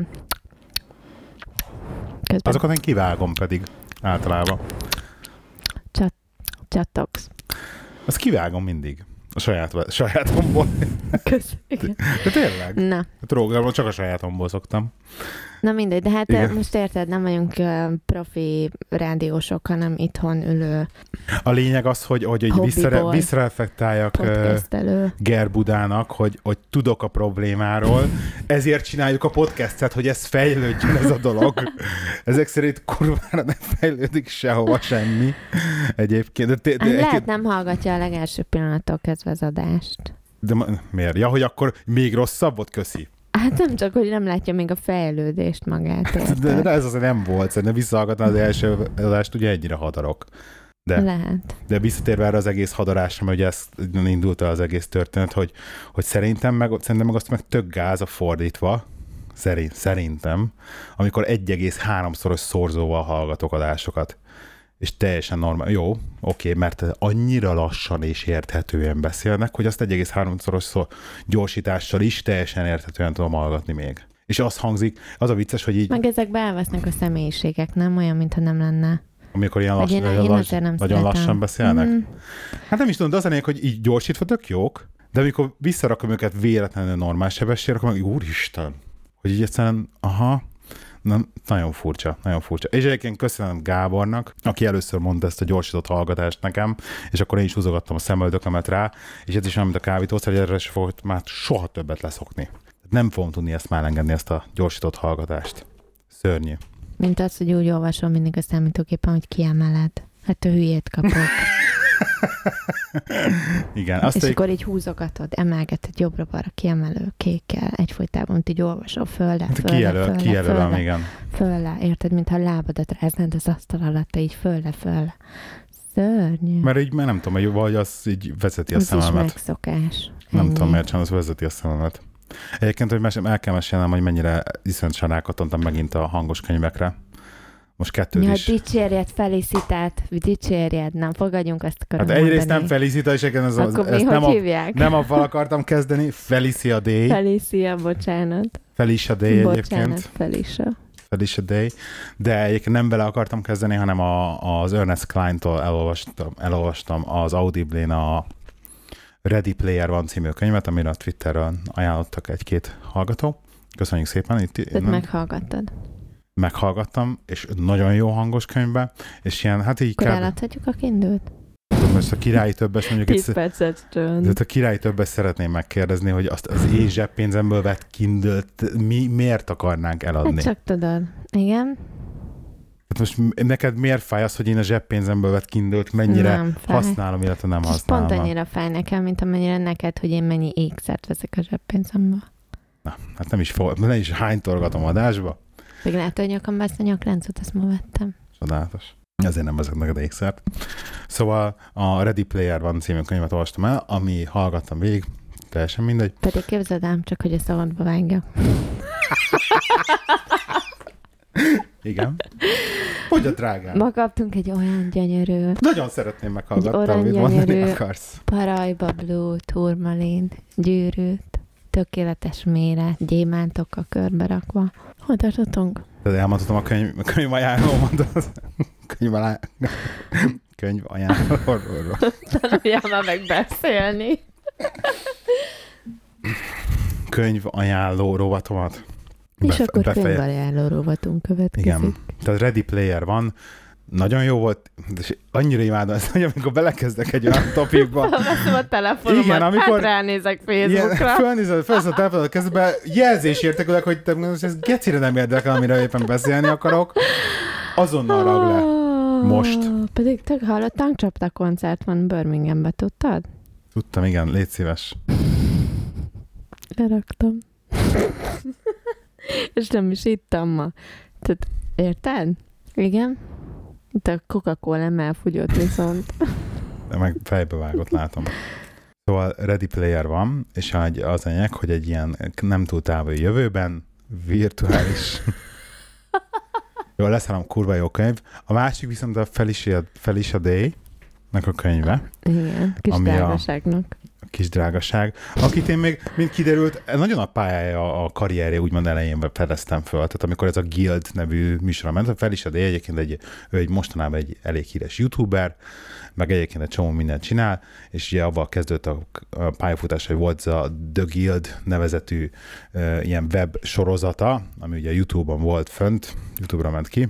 Közben... Azokat én kivágom pedig általában. Csat... Csattogsz. Azt kivágom mindig. A saját, sajátomból. Köszönöm. De tényleg? Na. A trógálban csak a sajátomból szoktam. Na mindegy, de hát igen. Most érted, nem vagyunk profi rádiósok, hanem itthon ülő. A lényeg az, hogy, hogy visszare, visszareflektáljak Gerbudának, hogy, hogy tudok a problémáról, ezért csináljuk a podcastet, hogy ez fejlődjön ez a dolog. Ezek szerint kurvára nem fejlődik sehova semmi egyébként. De te, de hát lehet egy... nem hallgatja a legelső pillanattól kezdve az adást. De miért? Ja, hogy akkor még rosszabb volt? Köszi. Hát nem csak, hogy nem látja még a fejlődést magát. De, de ez azért nem volt, szerintem visszahallgatni az első adást, ugye ennyire hadarok. De, lehet. De visszatérve erre az egész hadarásra, mert ugye ez indult el az egész történet, hogy, hogy szerintem, meg, szerintem meg azt meg tök gáz a fordítva, szerint, szerintem, amikor egy egész háromszoros szorzóval hallgatok adásokat. És teljesen normál. Jó, oké, mert annyira lassan és érthetően beszélnek, hogy azt egy egész háromszoros szó gyorsítással is teljesen érthetően tudom hallgatni még. És az hangzik, az a vicces, hogy így... Meg ezekbe elvesznek a személyiségek, nem? Olyan, mintha nem lenne. Amikor ilyen lass, én, nagyon, én lass, nagyon lassan beszélnek? Mm. Hát nem is tudom, de az a lényeg, hogy így gyorsítva tök jók, de amikor visszarakom őket véletlenül normál sebességre, akkor meg úristen, hogy így egyszerűen, aha, na, nagyon furcsa, nagyon furcsa. És egyébként köszönöm Gábornak, aki először mondta ezt a gyorsított hallgatást nekem, és akkor én is húzogattam a szemöldökömet rá, és ez is olyan, mint a kábítószer, hogy erre se fogok már soha többet leszokni. Nem fogom tudni ezt már engedni, ezt a gyorsított hallgatást. Szörnyű. Mint az, hogy úgy olvasom mindig a számítógépen, hogy kiemeled. Hát a hülyét kapok. Igen. Azt és egy... akkor így húzogatod, emelgeted jobbra-balra, kiemelő, kékkel, egyfolytában, mint így olvasol, fölle, fölle, kijelöl, fölle, kijelölöm, fölle, igen. fölle, érted, mintha a lábadat ráznád az asztal alatt, így fölle, fölle. Szörnyű. Mert így, mert nem tudom, hogy vagy az így vezeti a ez szememet. Ez is megszokás. Nem Ennyi. tudom, miért csinálom, az vezeti a szememet. Egyébként, hogy mes- el kell mesélnem, hogy mennyire iszonyatosan rákattantam megint a hangos könyvekre. Most kettőt ja, is. dicsérjed Felicitát, dicsérjed, nem, fogadjunk, azt akarom Hát mondani. egyrészt nem Felicita, és egyébként ez, az, Akkor ezt mi, nem, a, nem avval akartam kezdeni, Felicia Day. Felicia, bocsánat. Felicia Day bocsánat, egyébként. Bocsánat, Felicia. Felicia Day. De egyébként nem vele akartam kezdeni, hanem a, az Ernest Kleintól elolvastam, elolvastam az Audible-n a Ready Player One című könyvet, amire a Twitterről ajánlottak egy-két hallgató. Köszönjük szépen. Itt, Tehát meghallgattad. Meghallgattam, és nagyon jó hangos könyvbe, és ilyen, hát így... Akkor kb... eladhatjuk a Kindle-t? Most a királyi többes mondjuk... tíz percet csönd. De a királyi többes szeretném megkérdezni, hogy azt az én zseppénzemből vett Kindle-t mi, miért akarnánk eladni? Hát csak tudod. Igen. Hát most neked miért fáj az, hogy én a zseppénzemből vett Kindle-t mennyire használom, illetve nem használom? Pont annyira fáj nekem, mint amennyire neked, hogy én mennyi ékszert veszek a zseppénzemből. Na, hát nem is, nem is hánytorgatom adásba. Még lehet, hogy nyakamba ezt a nyakláncot, azt ma vettem. Csodálatos. Ezért nem vezet neked ékszert. Szóval a Ready Player One című könyvet olvastam el, ami hallgattam végig, teljesen mindegy. Pedig képzeld ám, csak hogy a szabadba vágja. Igen. Hogy a drágám? Ma kaptunk egy olyan gyönyörű... Nagyon szeretném meghallgatni, amit mondani akarsz. Parajba Blue turmalin gyűrűt, tökéletes méret, gyémántokkal körbe rakva. Hol tartottunk? Elmondhatom a könyv, a könyv ajánlómat. Könyv, alá... könyv ajánlóról. Tanuljál már meg beszélni. Könyv ajánló rovatomat. És Bef- akkor könyv ajánló rovatunk következik. Igen. Tehát Ready Player van. Nagyon jó volt, és annyira imádom ezt, hogy amikor belekezdek egy olyan topikba. Veszem a telefonomat, igen, amikor hát ránézek Facebookra. Fölnézed, fölnézed a telefonot, kezdve jelzés értek, hogy te, ez gecire nem érdekel, amiről éppen beszélni akarok. Azonnal rag le. Most. Pedig tök hallottam, Csapta koncert van Birminghambe, tudtad? Tudtam, igen, légy szíves. Leraktam. És nem is ittam ma. Tehát, érted? Igen? Itt a Coca-Cola elfogyott viszont. De meg fejbe vágott, látom. Szóval Ready Player van, és az anyag, hogy egy ilyen nem túl távoli jövőben virtuális... Jó, leszállom, kurva jó könyv. A másik viszont a Felicia, Felicia Day-nek a könyve. Igen, kis drágaságnak. A kis drágaság. Akit én még, mint kiderült, nagyon a pályája, a karrierje úgymond elején fedeztem föl. Tehát amikor ez a Guild nevű műsora ment, a Felicia Day egyébként egy, ő egy mostanában egy elég híres youtuber, meg egyébként egy csomó mindent csinál, és ugye avval kezdődött a, a pályafutás, hogy volt a The Guild nevezetű uh, ilyen web sorozata, ami ugye YouTube-on volt fönt, YouTube-ra ment ki,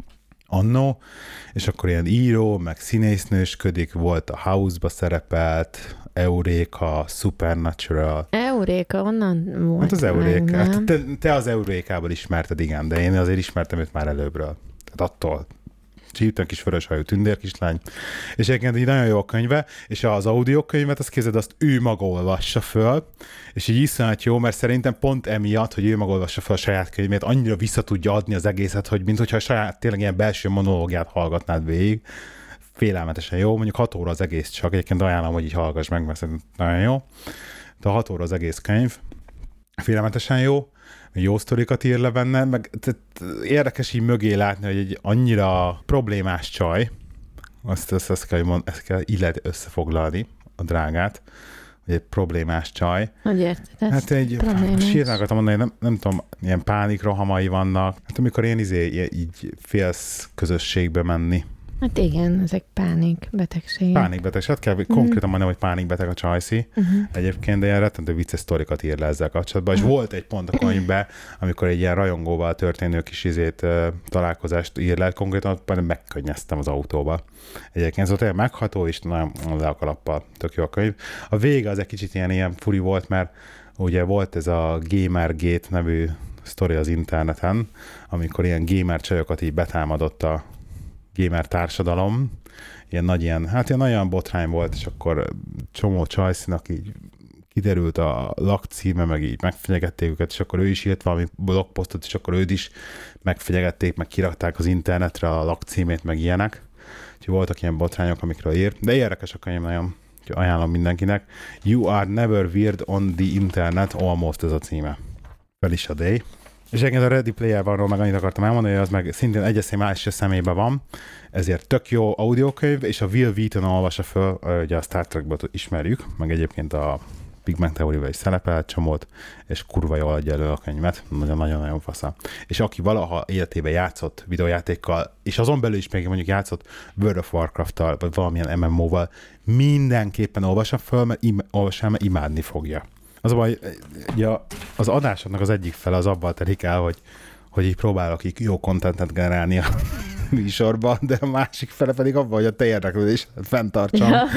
annó, és akkor ilyen író, meg színésznősködik, volt a House-ba szerepelt, Eureka, Supernatural. Eureka, onnan volt. Hát az Eureka. Hát te, te az Eurékából ismerted, igen, de én azért ismertem őt már előbbről. Tehát attól. Csíptem kis vöröshajú tündérkislány. És egyébként így nagyon jó a könyve, és az audiokönyvet, azt képzeld, azt ő maga olvassa föl, és így iszonyat jó, mert szerintem pont emiatt, hogy ő maga olvassa föl a saját könyvét, annyira vissza tudja adni az egészet, hogy mintha a saját tényleg ilyen belső monológiát hallgatnád végig. Félelmetesen jó, mondjuk hat óra az egész csak, egyébként ajánlom, hogy így hallgass meg, mert szerintem nagyon jó. De hat óra az egész könyv, félelmetesen jó, jó sztorikat ír le benne, meg érdekes így mögé látni, hogy egy annyira problémás csaj, azt, azt, azt kell, mond, ezt kell így lehet összefoglalni, a drágát, hogy egy problémás csaj. Hogy érted? Hát egy sírnak akartam mondani, nem, nem tudom, ilyen pánikrohamai vannak. Hát amikor én izé, így félsz közösségbe menni. Hát igen, ezek pánikbetegség. Pánikbetegség. Hát kell uh-huh. konkrétan mondani, hogy pánikbeteg a csajszi. Uh-huh. Egyébként, de ilyen rettentő vicces sztorikat ír le ezzel kapcsolatban. Uh-huh. És volt egy pont a könyvben, amikor egy ilyen rajongóval történő kis izét, uh, találkozást ír le, konkrétan megkönnyeztem az autóba. Egyébként szóval tényleg megható, és nagyon le a kalappal. Tök jó a könyv. A vége az egy kicsit ilyen, ilyen furi volt, mert ugye volt ez a Gamergate nevű sztori az interneten, amikor ilyen gamer csajokat így betámadott a gamer társadalom, ilyen nagy ilyen, hát ilyen nagyon botrány volt, és akkor csomó csajszínak így kiderült a lakcíme, meg így megfenyegették őket, és akkor ő is írt valami blogposztot, és akkor őt is megfenyegették, meg kirakták az internetre a lakcímét, meg ilyenek. Úgyhogy voltak ilyen botrányok, amikről írt, de érdekes a könyv nagyon, úgyhogy ajánlom mindenkinek. You are never weird on the internet, almost ez a címe. Felicia Day. És egyébként a Ready Player One-ról meg annyit akartam elmondani, hogy az meg szintén egyes szem másik személyben van, ezért tök jó audiokönyv, és a Will Wheaton olvassa föl, ugye a Star Trekből ismerjük, meg egyébként a Big Bang Theory-vel is szerepel csomót, és kurva jól adja elő a könyvet, nagyon-nagyon fasza. És aki valaha életében játszott videójátékkal, és azon belül is még mondjuk játszott World of Warcraft-tal, vagy valamilyen em em o-val, mindenképpen olvassa föl, mert, im- olvassa, mert imádni fogja. Az a baj, ugye az adásodnak az egyik fele az abban telik el, hogy, hogy így próbálok így jó kontentet generálni a műsorban, de a másik fele pedig abban, hogy a te érdeklődéset fenntartsam. Ja,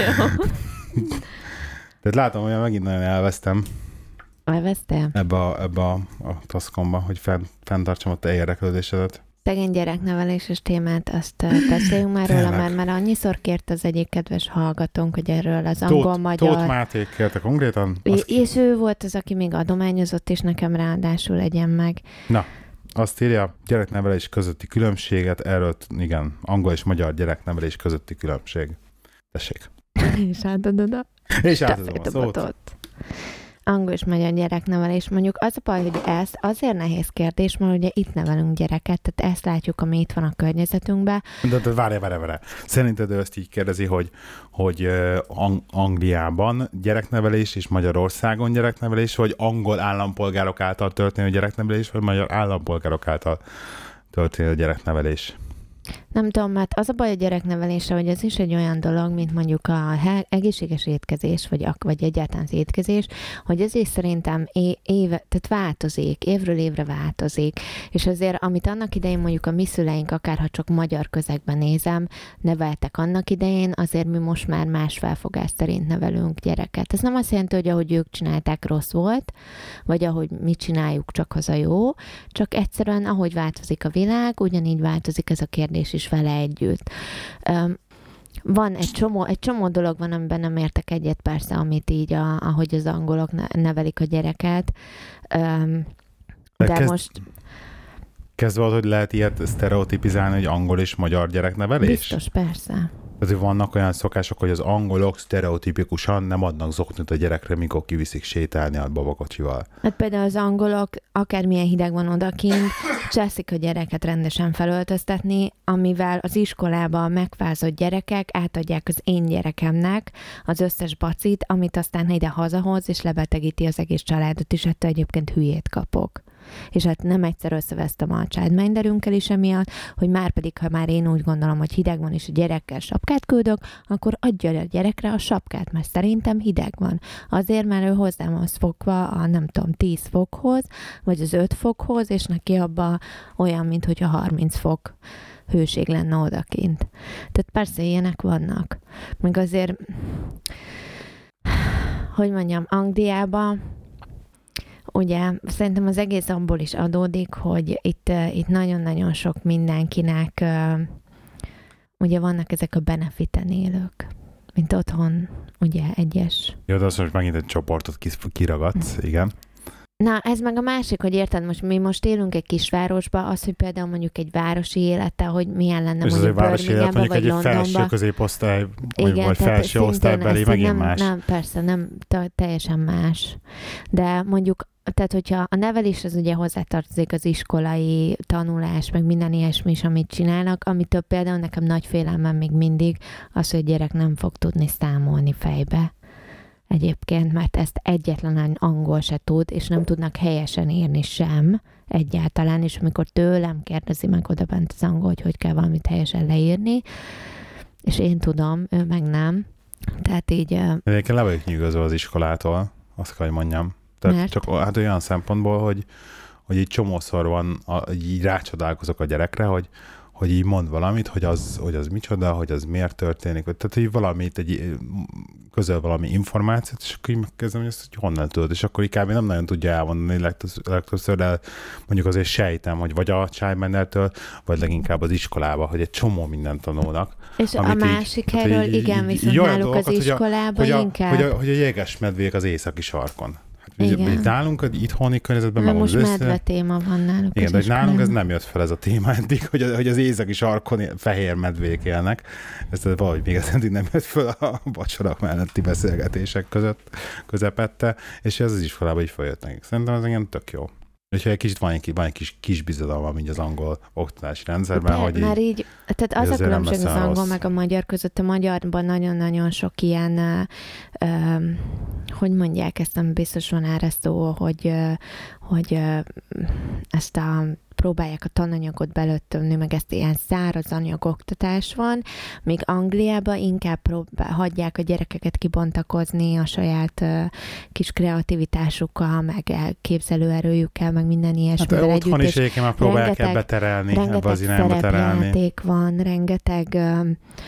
tehát látom, hogy megint nagyon elvesztem. Elvesztem? Ebbe a, ebbe a, a taszkomba, hogy fenn, fenntartsam a te érdeklődésedet. Szegény gyerekneveléses témát, azt beszéljünk már róla, mert már annyiszor kért az egyik kedves hallgatónk, hogy erről az angol-magyar... Tóth Máté kérte konkrétan? És, és ő volt az, aki még adományozott, és nekem ráadásul legyen meg. Na. Azt írja, gyereknevelés közötti különbséget, erről, igen, angol és magyar gyereknevelés közötti különbség. Tessék. És átadod a... És átadom a szót. Angol és magyar gyereknevelés. Mondjuk az a baj, hogy ez azért nehéz kérdés, mert ugye itt nevelünk gyereket, tehát ezt látjuk, ami itt van a környezetünkben. De, de várj, várj, várj. Szerinted ő ezt így kérdezi, hogy, hogy Ang- Angliában gyereknevelés és Magyarországon gyereknevelés, vagy angol állampolgárok által történő gyereknevelés, vagy magyar állampolgárok által történő gyereknevelés? Nem tudom, mert az a baj a gyereknevelése, hogy ez is egy olyan dolog, mint mondjuk a egészséges étkezés, vagy, vagy egyáltalán az étkezés, hogy ez is szerintem é- éve, tehát változik, évről évre változik, és azért, amit annak idején mondjuk a mi szüleink, akárha csak magyar közegben nézem, neveltek annak idején, azért mi most már más felfogás szerint nevelünk gyereket. Ez nem azt jelenti, hogy ahogy ők csinálták, rossz volt, vagy ahogy mi csináljuk, csak az a jó, csak egyszerűen, ahogy változik a világ, ugyanígy változik ez a kérdés is vele együtt. Um, van egy csomó, egy csomó dolog van, amiben nem értek egyet persze, amit így, a, ahogy az angolok nevelik a gyereket. Um, de de kezd, most... Kezd valahogy lehet ilyet sztereotipizálni, hogy angol és magyar gyereknevelés? Biztos, persze. Tehát vannak olyan szokások, hogy az angolok sztereotipikusan nem adnak zoknit a gyerekre, mikor kiviszik sétálni a babakocsival. Hát például az angolok, akármilyen hideg van odakint, cseszik a gyereket rendesen felöltöztetni, amivel az iskolában megfázott gyerekek átadják az én gyerekemnek az összes bacit, amit aztán ide hazahoz, és lebetegíti az egész családot, és ettől egyébként hülyét kapok. És hát nem egyszer összevesztem a childminderünkkel is emiatt, hogy már pedig, ha már én úgy gondolom, hogy hideg van, és a gyerekkel sapkát küldök, akkor adja a gyerekre a sapkát, mert szerintem hideg van. Azért, mert ő hozzám az fokva a nem tudom, tíz fokhoz, vagy az öt fokhoz, és neki abba olyan, mint hogyha harminc fok hőség lenne odakint. Tehát persze ilyenek vannak. Meg azért, hogy mondjam, Angliában ugye szerintem az egész abból is adódik, hogy itt, itt nagyon-nagyon sok mindenkinek ugye vannak ezek a benefiten élők, mint otthon, ugye egyes. Jó, de azt most megint egy csoportot kiragadsz, igen. Na, ez meg a másik, hogy érted, most mi most élünk egy kisvárosba, az, hogy például mondjuk egy városi élete, hogy milyen lenne és mondjuk Birminghamban vagy Londonban. Egy felső középosztály, igen, vagy felső osztálybeli, megint nem, más. Nem, persze, nem, teljesen más. De mondjuk, tehát hogyha a nevelés az ugye hozzátartozik az iskolai tanulás, meg minden ilyesmi is, amit csinálnak, amitől például nekem nagy félelmem még mindig az, hogy a gyerek nem fog tudni számolni fejbe. Egyébként, mert ezt egyetlen angol se tud, és nem tudnak helyesen írni sem egyáltalán, és amikor tőlem kérdezi meg oda bent az angol, hogy hogy kell valamit helyesen leírni, és én tudom, ő meg nem. Tehát így... Egyébként le vagyok nyűgözve az iskolától, azt kell, hogy mondjam. Tehát mert? Csak hát olyan szempontból, hogy, hogy így csomószor van, a, így rácsodálkozok a gyerekre, hogy hogy így mond valamit, hogy az, hogy az micsoda, hogy az miért történik, tehát hogy valamit, egy közel valami információt, és akkor így megkezdem, hogy ezt hogy honnan tudod, és akkor így kb. Nem nagyon tudja elmondani legtöbbször, de mondjuk azért sejtem, hogy vagy a childmindertől, vagy leginkább az iskolába, hogy egy csomó mindent tanulnak. És a másik így, helyről, így, igen, viszont náluk dolgokat, az iskolában hogy a, inkább. Hogy a, hogy a jégesmedvék az északi sarkon. Így nálunk az itthoni környezetben már most medve téma van náluk. Igen, de nálunk ez nem jött fel ez a téma eddig, hogy, a, hogy az északi sarkon fehér medvék élnek. Ez valahogy még ez eddig nem jött fel a vacsorak melletti beszélgetések között közepette, és ez az iskolában így feljött nekik. Szerintem ez igen tök jó. És egy kicsit van egy, van egy kis, kis bizodalma így az angol oktatási rendszerben, de, hogy így, már így, tehát az a különbség az angol rossz. Meg a magyar között. A magyarban nagyon-nagyon sok ilyen, uh, uh, hogy mondják ezt, ami biztos van árasztó, hogy, uh, hogy uh, ezt a próbálják a tananyagot belöttömni, meg ezt ilyen száraz anyag oktatás van, míg Angliában inkább próbál, hagyják a gyerekeket kibontakozni a saját uh, kis kreativitásukkal, meg képzelőerőjükkel, meg minden ilyesmivel hát, együtt. Otthon is egyébként már próbálják ebbe terelni, ebbe az irányba terelni. Rengeteg van, rengeteg uh,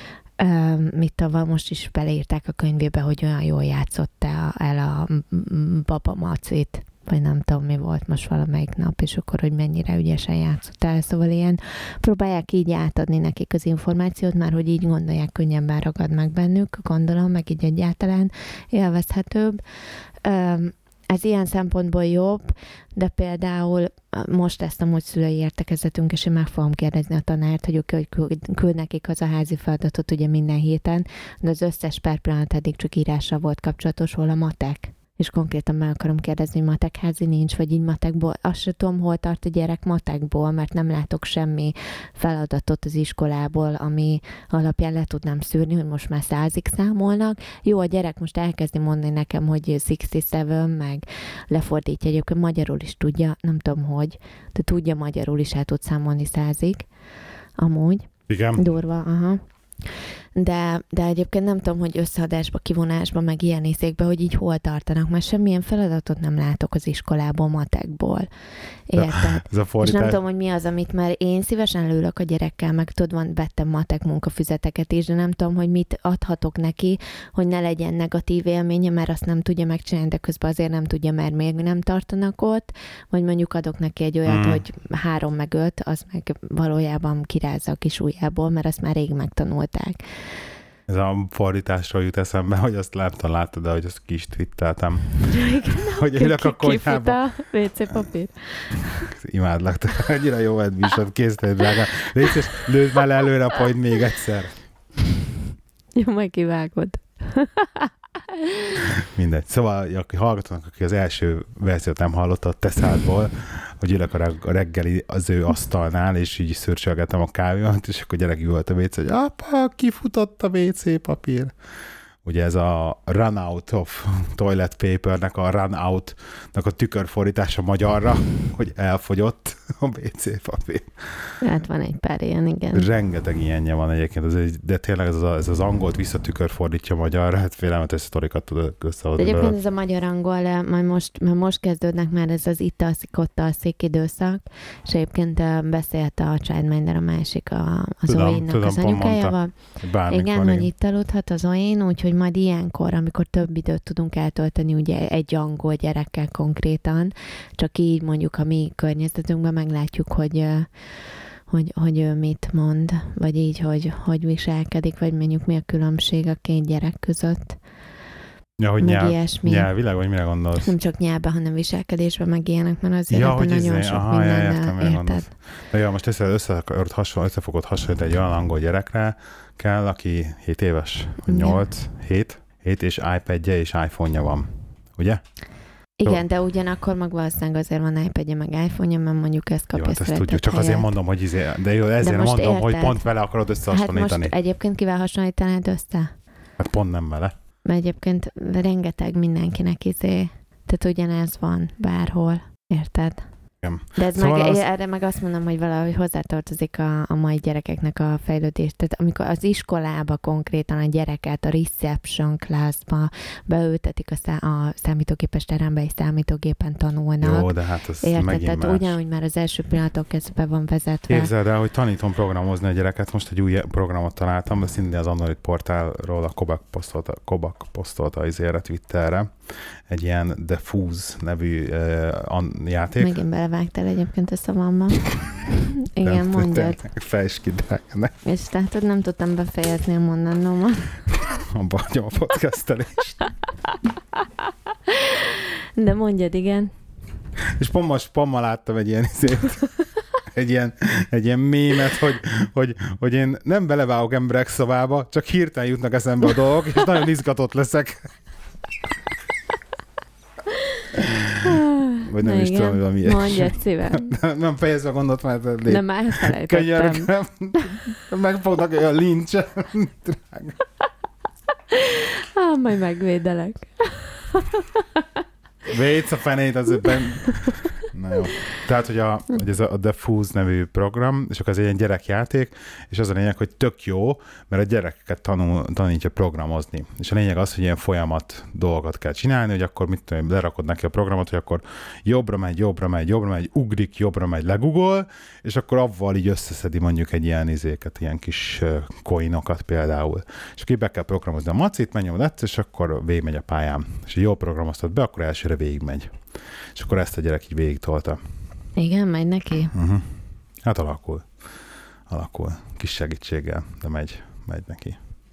uh, mit tavaly most is beleírták a könyvébe, hogy olyan jól játszott el a Baba Macit, vagy nem tudom, mi volt most valamelyik nap, és akkor, hogy mennyire ügyesen játszottál. Szóval ilyen próbálják így átadni nekik az információt, már hogy így gondolják, könnyebben ragad meg bennük, gondolom, meg így egyáltalán élvezhetőbb. ez ilyen szempontból jobb, de például most ezt amúgy szülői értekezletünk, és én meg fogom kérdezni a tanárt, hogy ők hogy küld nekik az a házi feladatot ugye minden héten, de az összes per pillanat eddig csak írásra volt kapcsolatos, hol a matek. És konkrétan meg akarom kérdezni, hogy matekházi nincs, vagy így matekból. Azt sem tudom, hol tart a gyerek matekból, mert nem látok semmi feladatot az iskolából, ami alapján le tudnám szűrni, hogy most már százig számolnak. Jó, a gyerek most elkezdi mondani nekem, hogy hatvanhét, meg lefordítja, egyébként magyarul is tudja, nem tudom, hogy, de tudja magyarul is el tud számolni százig. Amúgy. Igen. Durva, aha. De, de egyébként nem tudom, hogy összeadásba, kivonásba, meg ilyen észékbe, hogy így hol tartanak, mert semmilyen feladatot nem látok az iskolából, matekból. Érted? Ez a és nem tudom, hogy mi az, amit már én szívesen leülök a gyerekkel, meg tudod, van, vettem matek munkafüzeteket is, de nem tudom, hogy mit adhatok neki, hogy ne legyen negatív élménye, mert azt nem tudja megcsinálni, de közben azért nem tudja, mert még nem tartanak ott, vagy mondjuk adok neki egy olyat, hmm. hogy három meg öt, az meg valójában kirázza a kis ujjából, mert azt már rég megtanulták. Ez a fordításról jut eszembe, hogy azt láttam, láttad, de hogy azt ki is twitteltem. Ja, igen, hogy élek a konyhába. Kifut a vé cé papír. Imádlak, te annyira jó edvisod, készíted, drága. Légy és lőd már előre a point még egyszer. Jó, majd kivágod. Mindegy. Szóval, aki hallgatónak, aki az első verziót nem hallotta a Teszádból, hogy ülök a reggeli az ő asztalnál, és így szürcsölgetem a kávémat, és akkor gyerek üvölt a vé cé, hogy apa, kifutott a vé cé papír. Ugye ez a run out of toilet papernek a run out-nak a tükörfordítása magyarra, hogy elfogyott a vé cé papír. Hát van egy pár ilyen, igen. Rengeteg ilyenje van egyébként, az egy, de tényleg ez, a, ez az angolt visszatükörfordítja magyarra, hát félelmetes sztorikat tud összehozni. Egyébként belőle. Ez a magyar-angol, majd most, majd most kezdődnek már ez az itt alszik, ott alszik időszak, és egyébként beszélt a Childminder, a másik, a, az Oinnak az anyukájával. Igen, hogy én. Itt aludhat az Oin, úgyhogy majd ilyenkor, amikor több időt tudunk eltölteni ugye egy angol gyerekkel konkrétan, csak így mondjuk a mi környezetünkben meglátjuk, hogy, hogy, hogy ő mit mond, vagy így, hogy, hogy viselkedik, vagy mondjuk mi a különbség a két gyerek között. Ja, hogy nyelv, nyelvileg, vagy mire gondolsz? Nem csak nyelvben, hanem viselkedésben, meg ilyenek, mert azért ja, ebben nagyon izé, sok aha, mindennel ja, érted. De ja, most össze, össze, össze, össze fogod hasonlítani egy olyan angol gyerekre kell, aki hét éves, nyolc, hét, hét, és iPadje és iPhone-ja van, ugye? Igen, de ugyanakkor meg valószínűleg azért van iPadje, meg iPhone-ja, mert mondjuk ezt kapja. Jó, ezt tudjuk, csak helyet. Azért mondom, hogy izé, de jó, ezért de mondom, érted? Hogy pont vele akarod összehasonlítani. Hát most egyébként kivel hasonlítanád össze? Hát pont nem vele. Mert egyébként rengeteg mindenkinek izé, tehát ugyanez van bárhol, érted? Igen. De ez szóval meg, az... erre meg azt mondom, hogy valahogy hozzátartozik a, a mai gyerekeknek a fejlődés. Tehát amikor az iskolába konkrétan a gyereket a reception classba beültetik a, szá- a számítógépes terembe, és számítógépen tanulnak. Jó, de hát ez érted? megint Tehát más. Ugyanúgy már az első pillanatok kezdve van vezetve. Képzeld el, hogy tanítom programozni a gyereket. Most egy új programot találtam, de szintén az Android portálról a Kobak posztolta, Kobak posztolta izére Twitterre. Egy ilyen The Fuse nevű uh, játék. Megint belevágtál egyébként a szavamba. Igen, mondjad. Fejtsd ki, drága. És tehát nem tudtam befejezni a mondanómat. Abba hagyom a podcastelést. De mondjad, igen. És pont most, pont ma láttam egy ilyen izét, egy ilyen, egy ilyen mémet, hogy, hogy, hogy én nem belevágok emberek szavába, csak hirtelen jutnak eszembe a dolgok, és nagyon izgatott leszek. Vagy nem na is igen. tudom, valami mondjad szívem. Nem, nem fejezve a gondot, mert lép. Nem, már felejtettem. Meg fognak olyan lincsen. Ah, majd megvédelek. Védsz a fenét, az ben... Na jó. Tehát, hogy, a, hogy ez a The Fuse nevű program, és akkor ez egy ilyen gyerekjáték, és az a lényeg, hogy tök jó, mert a gyerekeket tanul, tanítja programozni. És a lényeg az, hogy ilyen folyamat dolgokat kell csinálni, hogy akkor mit tudom, lerakod neki a programot, hogy akkor jobbra megy, jobbra megy, jobbra megy, ugrik, jobbra megy, legugol, és akkor avval így összeszedi mondjuk egy ilyen izéket, ilyen kis coinokat például. És akkor be kell programozni a macit, menjünk egyszer, és akkor végigmegy a pályán. És ha jól programoztad be, akkor elsőre végigmegy. És akkor ezt a gyerek így végig tolta. Igen, megy neki? Uh-huh. Hát alakul. Alakul. Kis segítséggel, de megy, megy neki. És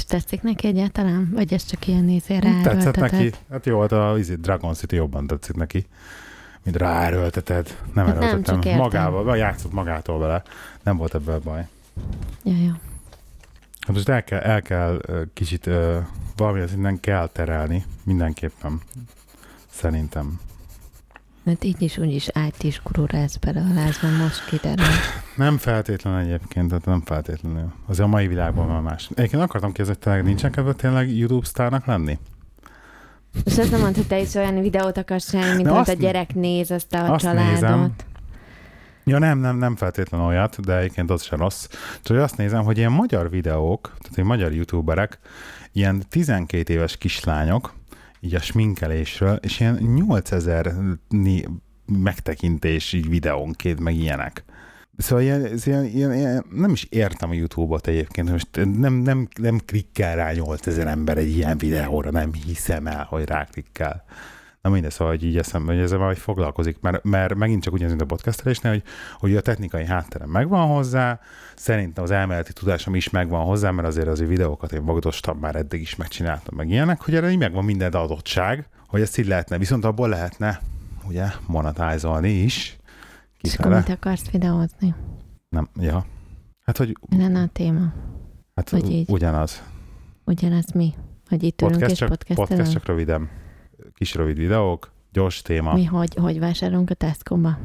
tetszik neki egyáltalán? Vagy ez csak ilyen nézé ráerőlteted? Tetszett neki. Hát jó, hát a Dragon City jobban tetszik neki, mint ráerőlteted. Nem hát erőltetem. Nem, magával, játszott magától vele. Nem volt ebből baj. Ja, jó. Hát most el kell, el kell kicsit uh, valamilyen szinten kell terelni. Mindenképpen. Szerintem. Mert így is úgy is í té-s gurúra ez belőle, ez van most kiderül. Nem feltétlenül egyébként, tehát nem feltétlenül. Azért a mai világban van más. Egyébként akartam kérdezni, hogy te nincsen kedve tényleg YouTube sztárnak lenni? És azt nem mondta, hogy te is olyan videót akarsz csinálni, mint amit a gyerek néz, azt a azt családot. Nézem. Ja nem, nem, nem feltétlenül olyat, de egyébként az sem rossz. Csak azt nézem, hogy ilyen magyar videók, tehát ilyen magyar youtuberek, ilyen tizenkét éves kislányok, így a sminkelésről, és ilyen nyolcezer megtekintés így videónként, meg ilyenek. Szóval ilyen, ilyen, ilyen, ilyen, nem is értem a YouTube-ot egyébként, most nem, nem, nem klikkel rá nyolcezer ember egy ilyen videóra, nem hiszem el, hogy ráklikkel. Na mindegy, szóval hogy így eszembe, hogy ezzel majd foglalkozik, mert, mert megint csak ugyanaz, mint a podcastelésnél, hogy, hogy a technikai hátterem megvan hozzá, szerintem az elméleti tudásom is megvan hozzá, mert azért az videókat én magdostam, már eddig is megcsináltam, meg ilyenek, hogy erre így megvan minden adottság, hogy ezt így lehetne, viszont abból lehetne, ugye, monetizolni is. És akkor mit akarsz videózni? Nem, ja. Hát, hogy... Mi lenne a téma? Hát ugyanaz. Ugyanaz mi? Hogy itt ülünk podcast és csak, podcastelünk? Podcast csak röviden. Kis rövid videók, gyors téma. Mi hogy, hogy vásárolunk a Tesco-ba?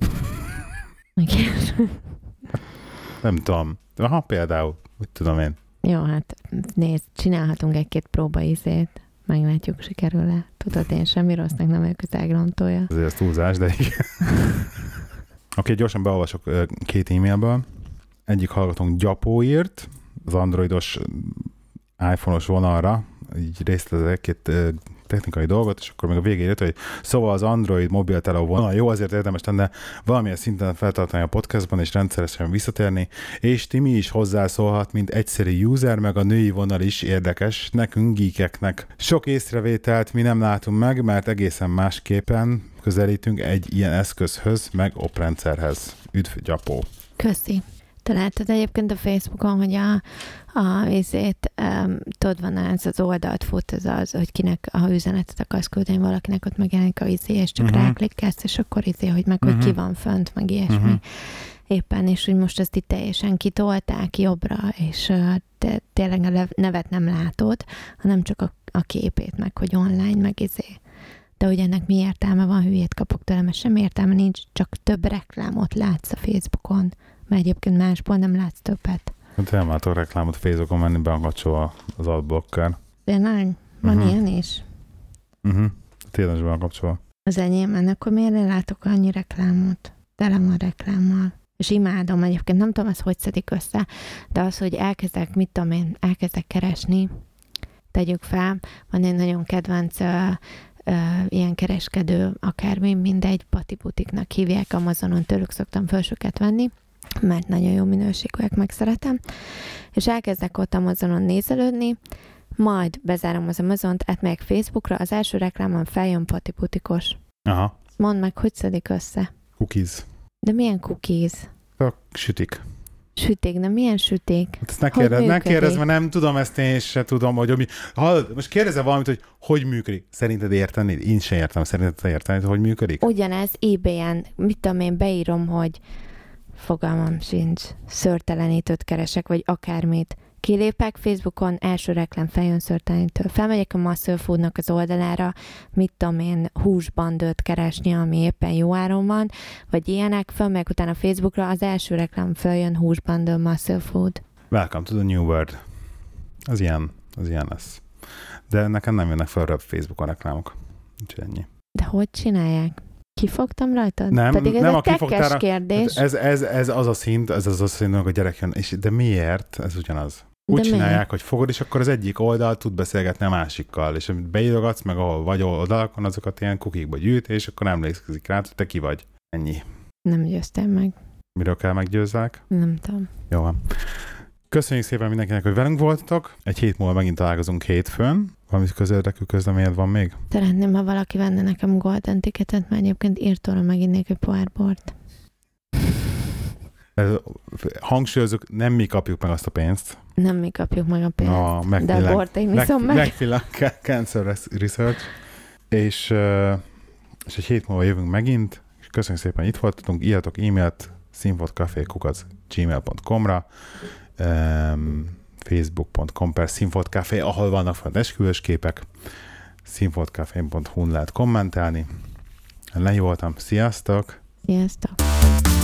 Nem tudom. Ha például, úgy tudom én. Jó, hát nézd, csinálhatunk egy-két próbaizét, meglátjuk, sikerül-e. Tudod, én semmi rossznak nem vagyok az ágrontója. Azért ez túlzás, de igen. Oké, okay, gyorsan beolvasok két e-mailből. Egyik hallgatónk Gyapó írt, az androidos iPhone-os vonalra, így részletezek két technikai dolgot, és akkor még a végén jött, hogy szóval az Android mobiltelefon vonal jó, azért érdemes lenne valamilyen szinten feltartani a podcastban, és rendszeresen visszatérni, és Timi is hozzászólhat, mint egyszerű user, meg a női vonal is érdekes nekünk, geekeknek. Sok észrevételt mi nem látunk meg, mert egészen másképpen közelítünk egy ilyen eszközhöz, meg oprendszerhez. Üdv, Gyapó! Köszi! Te láttad egyébként a Facebookon, hogy a, a izét, um, tudod, van ez az oldalt fut, ez az, hogy kinek a üzenetet akarsz küldeni valakinek, ott megjelenik a izé, és csak uh-huh. ráklikkelsz, és akkor izé, hogy meg, uh-huh. hogy ki van fönt, meg ilyesmi. Uh-huh. Éppen, és úgy most ezt itt teljesen kitolták jobbra, és uh, te, tényleg a nevet nem látod, hanem csak a, a képét, meg hogy online, meg izé. De hogy ennek mi értelme van, hülyét kapok tőle, mert sem értelme nincs, csak több reklámot látsz a Facebookon, mert egyébként másból nem látsz többet. Hát nem látok reklámot Facebookon menni, bekapcsolva az adblocker. Tényleg? Van uh-huh. ilyen is? Uh-huh. Tényleg is bekapcsolva. Az enyémben, akkor miért látok annyi reklámot? Tele van reklámmal. És imádom egyébként, nem tudom, ez hogy szedik össze, de az, hogy elkezdek, mit tudom én, elkezdek keresni, tegyük fel, van egy nagyon kedvenc uh, uh, ilyen kereskedő, akármi, mindegy, Pati Butiknak hívják, Amazonon tőlük szoktam felsőket venni, mert nagyon jó minőségűek, meg szeretem, és elkezdek ott Amazonon nézelődni, majd bezárom az Amazont, átmegyek Facebookra, az első reklámon feljön Pati Butikos. Aha. Mondd meg, hogy szedik össze? Cookies. De milyen cookies? A sütik. Süték, de milyen süték? Hát ezt ne kérdezz, ne kérdezz, mert nem tudom, ezt én se tudom, hogy mi... Hallod, most kérdezel valamit, hogy hogy működik. Szerinted érteni? Én sem értem. Szerinted te érteni, hogy működik? Ugyanez eBay-en, mit tudom én, beírom, hogy fogalmam sincs, szőrtelenítőt keresek, vagy akármit. Kilépek Facebookon, első reklám feljön szőrtelenítő. Felmegyek a Muscle Foodnak az oldalára, mit tudom én, húsbandőt keresni, ami éppen jó áron van, vagy ilyenek, felmegyek utána a Facebookra, az első reklám feljön húsbandő, Muscle Food. Welcome to the new world. Az ilyen, az ilyen lesz. De nekem nem jönnek fel röbb Facebookon reklámok. Úgyhogy ennyi. De hogy csinálják? Kifogtam rajtad? Nem, Pedig ez nem egy a kifogtára, kérdés. Ez, ez, ez az a szint, ez az a szint, hogy a gyerek jön, és de miért? Ez ugyanaz. Úgy de csinálják, miért? hogy fogod, és akkor az egyik oldal tud beszélgetni a másikkal, és amit beírogatsz, meg ahol vagy oldalakon, azokat ilyen kukikba gyűjt, és akkor emlékszik rá, hogy te ki vagy. Ennyi. Nem győztem meg. Miről kell meggyőzzák? Nem tudom. Jó van. Köszönjük szépen mindenkinek, hogy velünk voltatok. Egy hét múlva megint találkozunk hétfőn. Valami közérdekű közleményed van még? Szeretném, ha valaki venne nekem Golden Ticketet, mert egyébként írtóra meginnék egy pohár bort. Hangsúlyozunk, nem mi kapjuk meg azt a pénzt. Nem mi kapjuk meg a pénzt. A de a bort én viszom meg. Macmillan Cancer Research. És, és egy hét múlva jövünk megint, és köszönjük szépen, itt voltatunk. Írjatok e-mailt színfoltcafé kukac gmail pont com-ra, um, facebook pont com per színfoltcafé, ahol vannak fent esküvős képek, színfoltcafé pont hu-n lehet kommentálni. Le voltam. Sziasztok! Sziasztok!